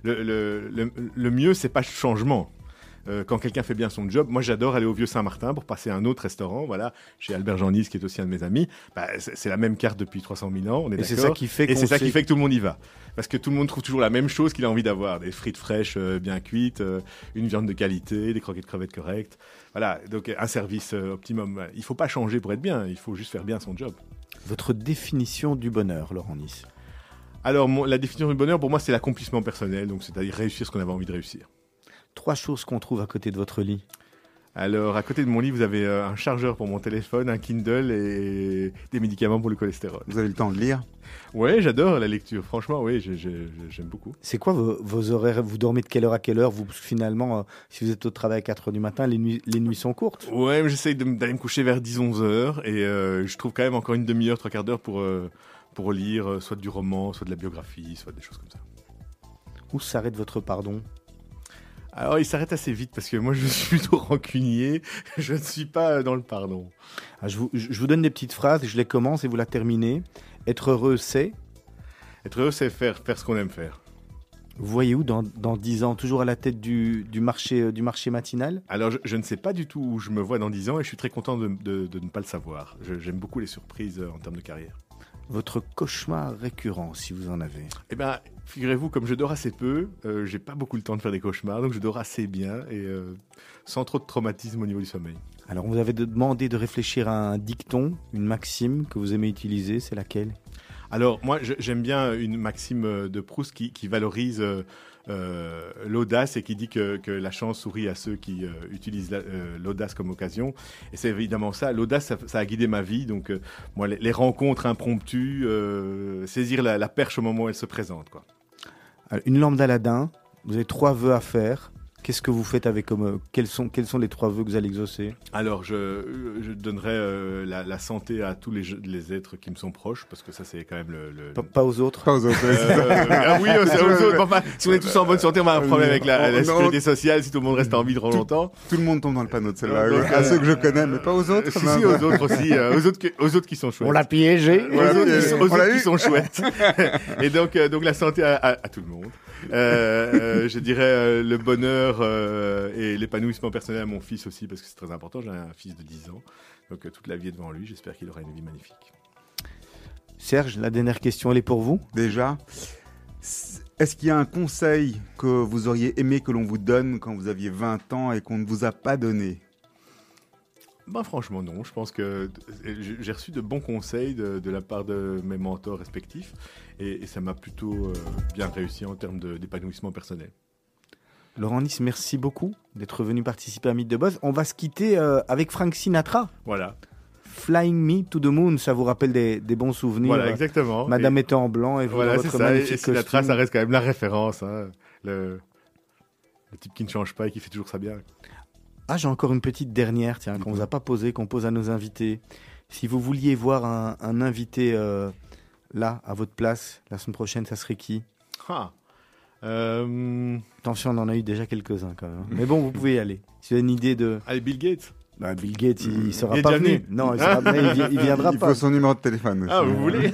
Le mieux, c'est pas le changement. Quand quelqu'un fait bien son job, moi j'adore aller au Vieux Saint-Martin pour passer à un autre restaurant, voilà, chez Albert Jean-Nice qui est aussi un de mes amis. C'est la même carte depuis 300 000 ans, on est d'accord. C'est ça qui fait et c'est ça qui fait que tout le monde y va. Parce que tout le monde trouve toujours la même chose qu'il a envie d'avoir. Des frites fraîches bien cuites, une viande de qualité, des croquettes crevettes correctes. Voilà, donc un service optimum. Il ne faut pas changer pour être bien, il faut juste faire bien son job. Votre définition du bonheur, Laurent Nice? Alors, la définition du bonheur, pour moi, c'est l'accomplissement personnel, donc c'est-à-dire réussir ce qu'on avait envie de réussir. 3 choses qu'on trouve à côté de votre lit. Alors, à côté de mon lit, vous avez un chargeur pour mon téléphone, un Kindle et des médicaments pour le cholestérol. Vous avez le temps de lire? Ouais, j'adore la lecture. Franchement, oui, j'aime beaucoup. C'est quoi vos horaires? Vous dormez de quelle heure à quelle heure? Parce que finalement, si vous êtes au travail à 4 heures du matin, les nuits sont courtes. Ouais, mais j'essaye d'aller me coucher vers 10-11 heures et je trouve quand même encore une demi-heure, 3 quarts d'heure pour lire soit du roman, soit de la biographie, soit des choses comme ça. Où s'arrête votre pardon? Alors, il s'arrête assez vite parce que moi, je suis plutôt rancunier. Je ne suis pas dans le pardon. Je vous donne des petites phrases, je les commence et vous la terminez. Être heureux, c'est? Être heureux, c'est faire ce qu'on aime faire. Vous voyez où dans 10 ans? Toujours à la tête du marché matinal? Alors, je ne sais pas du tout où je me vois dans 10 ans et je suis très content de ne pas le savoir. J'aime beaucoup les surprises en termes de carrière. Votre cauchemar récurrent, si vous en avez? Eh bien, figurez-vous, comme je dors assez peu, j'ai pas beaucoup le temps de faire des cauchemars, donc je dors assez bien et sans trop de traumatisme au niveau du sommeil. Alors, on vous avait demandé de réfléchir à un dicton, une maxime que vous aimez utiliser, c'est laquelle? Alors, moi, j'aime bien une maxime de Proust qui valorise l'audace et qui dit que la chance sourit à ceux qui utilisent l'audace comme occasion. Et c'est évidemment ça. L'audace, ça a guidé ma vie. Donc, moi, les rencontres impromptues, saisir la perche au moment où elle se présente, quoi. Alors, une lampe d'Aladin, vous avez 3 vœux à faire. Qu'est-ce que vous faites avec quels sont les 3 vœux que vous allez exaucer? Alors, je donnerai la santé à tous les êtres qui me sont proches, parce que ça, c'est quand même Pas aux autres? Pas aux autres. Oui, aux autres. Enfin, si on est tous en bonne santé, on va avoir un problème avec la sécurité sociale, si tout le monde reste en vie trop longtemps. Tout le monde tombe dans le panneau de celle-là. Donc, à ceux que je connais, mais pas aux autres. Si, aux autres aussi. Aux autres qui sont chouettes. On l'a piégé. Aux autres qui sont chouettes. Et donc la santé à tout le monde. Je dirais le bonheur et l'épanouissement personnel à mon fils aussi, parce que c'est très important. J'ai un fils de 10 ans, donc toute la vie est devant lui. J'espère qu'il aura une vie magnifique. Serge, la dernière question, elle est pour vous? Déjà, est-ce qu'il y a un conseil que vous auriez aimé que l'on vous donne quand vous aviez 20 ans et qu'on ne vous a pas donné? Franchement, non. Je pense que j'ai reçu de bons conseils de la part de mes mentors respectifs et ça m'a plutôt bien réussi en termes d'épanouissement personnel. Laurent Nice, merci beaucoup d'être venu participer à Mythe de Boss. On va se quitter avec Frank Sinatra. Voilà. Flying Me to the Moon, ça vous rappelle des bons souvenirs. Voilà, exactement. Madame était en blanc et vous Voilà, dans c'est votre ça. magnifique Et Sinatra, costume. ça reste quand même la référence. Hein. Le type qui ne change pas et qui fait toujours ça bien. Ah, j'ai encore une petite dernière, tiens, qu'on vous a pas posée, qu'on pose à nos invités. Si vous vouliez voir un invité là, à votre place, la semaine prochaine, ça serait qui? Ah. Attention, on en a eu déjà quelques-uns quand même. hein. Mais bon, vous pouvez y aller. Si vous avez une idée de... Allez, Bill Gates. Bah, Bill Gates, il sera Il est pas déjà venu. venu. Non, il viendra Il pas. faut son numéro de téléphone aussi. Ah, vous voulez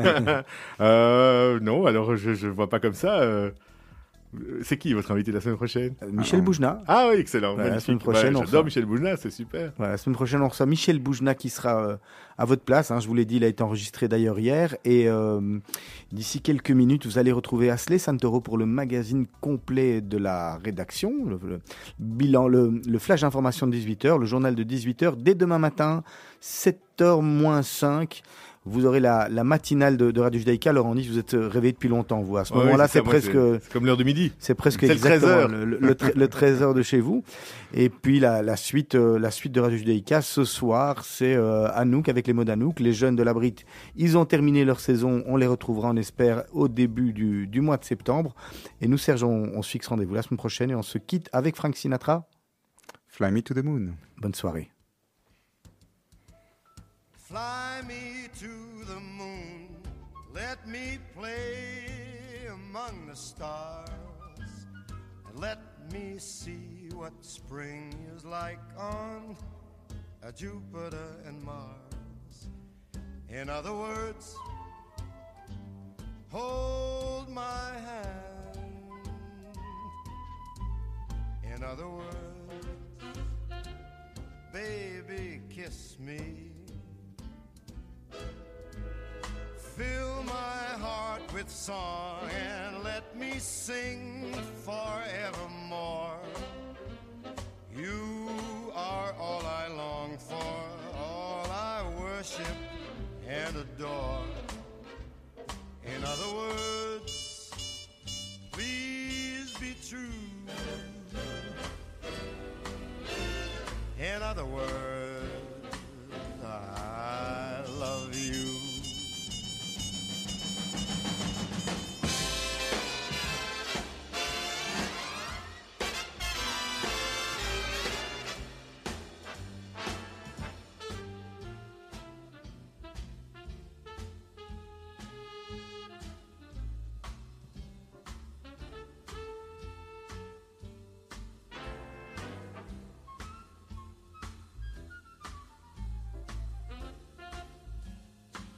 Non, alors je vois pas comme ça. C'est qui votre invité la semaine prochaine? Michel Boujna. Ah oui, excellent. Voilà, la magnifique. semaine prochaine, on J'adore reçoit. Michel Boujna, c'est super. Voilà, la semaine prochaine, on reçoit Michel Boujna qui sera à votre place. hein. Je vous l'ai dit, il a été enregistré d'ailleurs hier. Et d'ici quelques minutes, vous allez retrouver Asley Santoro pour le magazine complet de la rédaction, le bilan, le flash d'information de 18h, le journal de 18h. Dès demain matin, 7h moins 5. Vous aurez la matinale de Radio Judaïka. Laurent Nice, vous êtes réveillé depuis longtemps, vous. À ce Ouais, moment-là, ça, c'est moi, presque... C'est comme l'heure de midi. C'est presque C'est le exactement 13h. le 13h de chez vous. Et puis la suite de Radio Judaïka, ce soir, c'est Anouk avec les mots d'Anouk. Les jeunes de la Brite, ils ont terminé leur saison. On les retrouvera, on espère, au début du mois de septembre. Et nous, Serge, on se fixe rendez-vous la semaine prochaine et on se quitte avec Frank Sinatra. Fly me to the moon. Bonne soirée. Fly me to the moon, let me play among the stars, and let me see what spring is like on Jupiter and Mars. In other words, hold my hand. In other words, baby, kiss me. Fill my heart with song and let me sing forevermore. You are all I long for, all I worship and adore. In other words, please be true. In other words,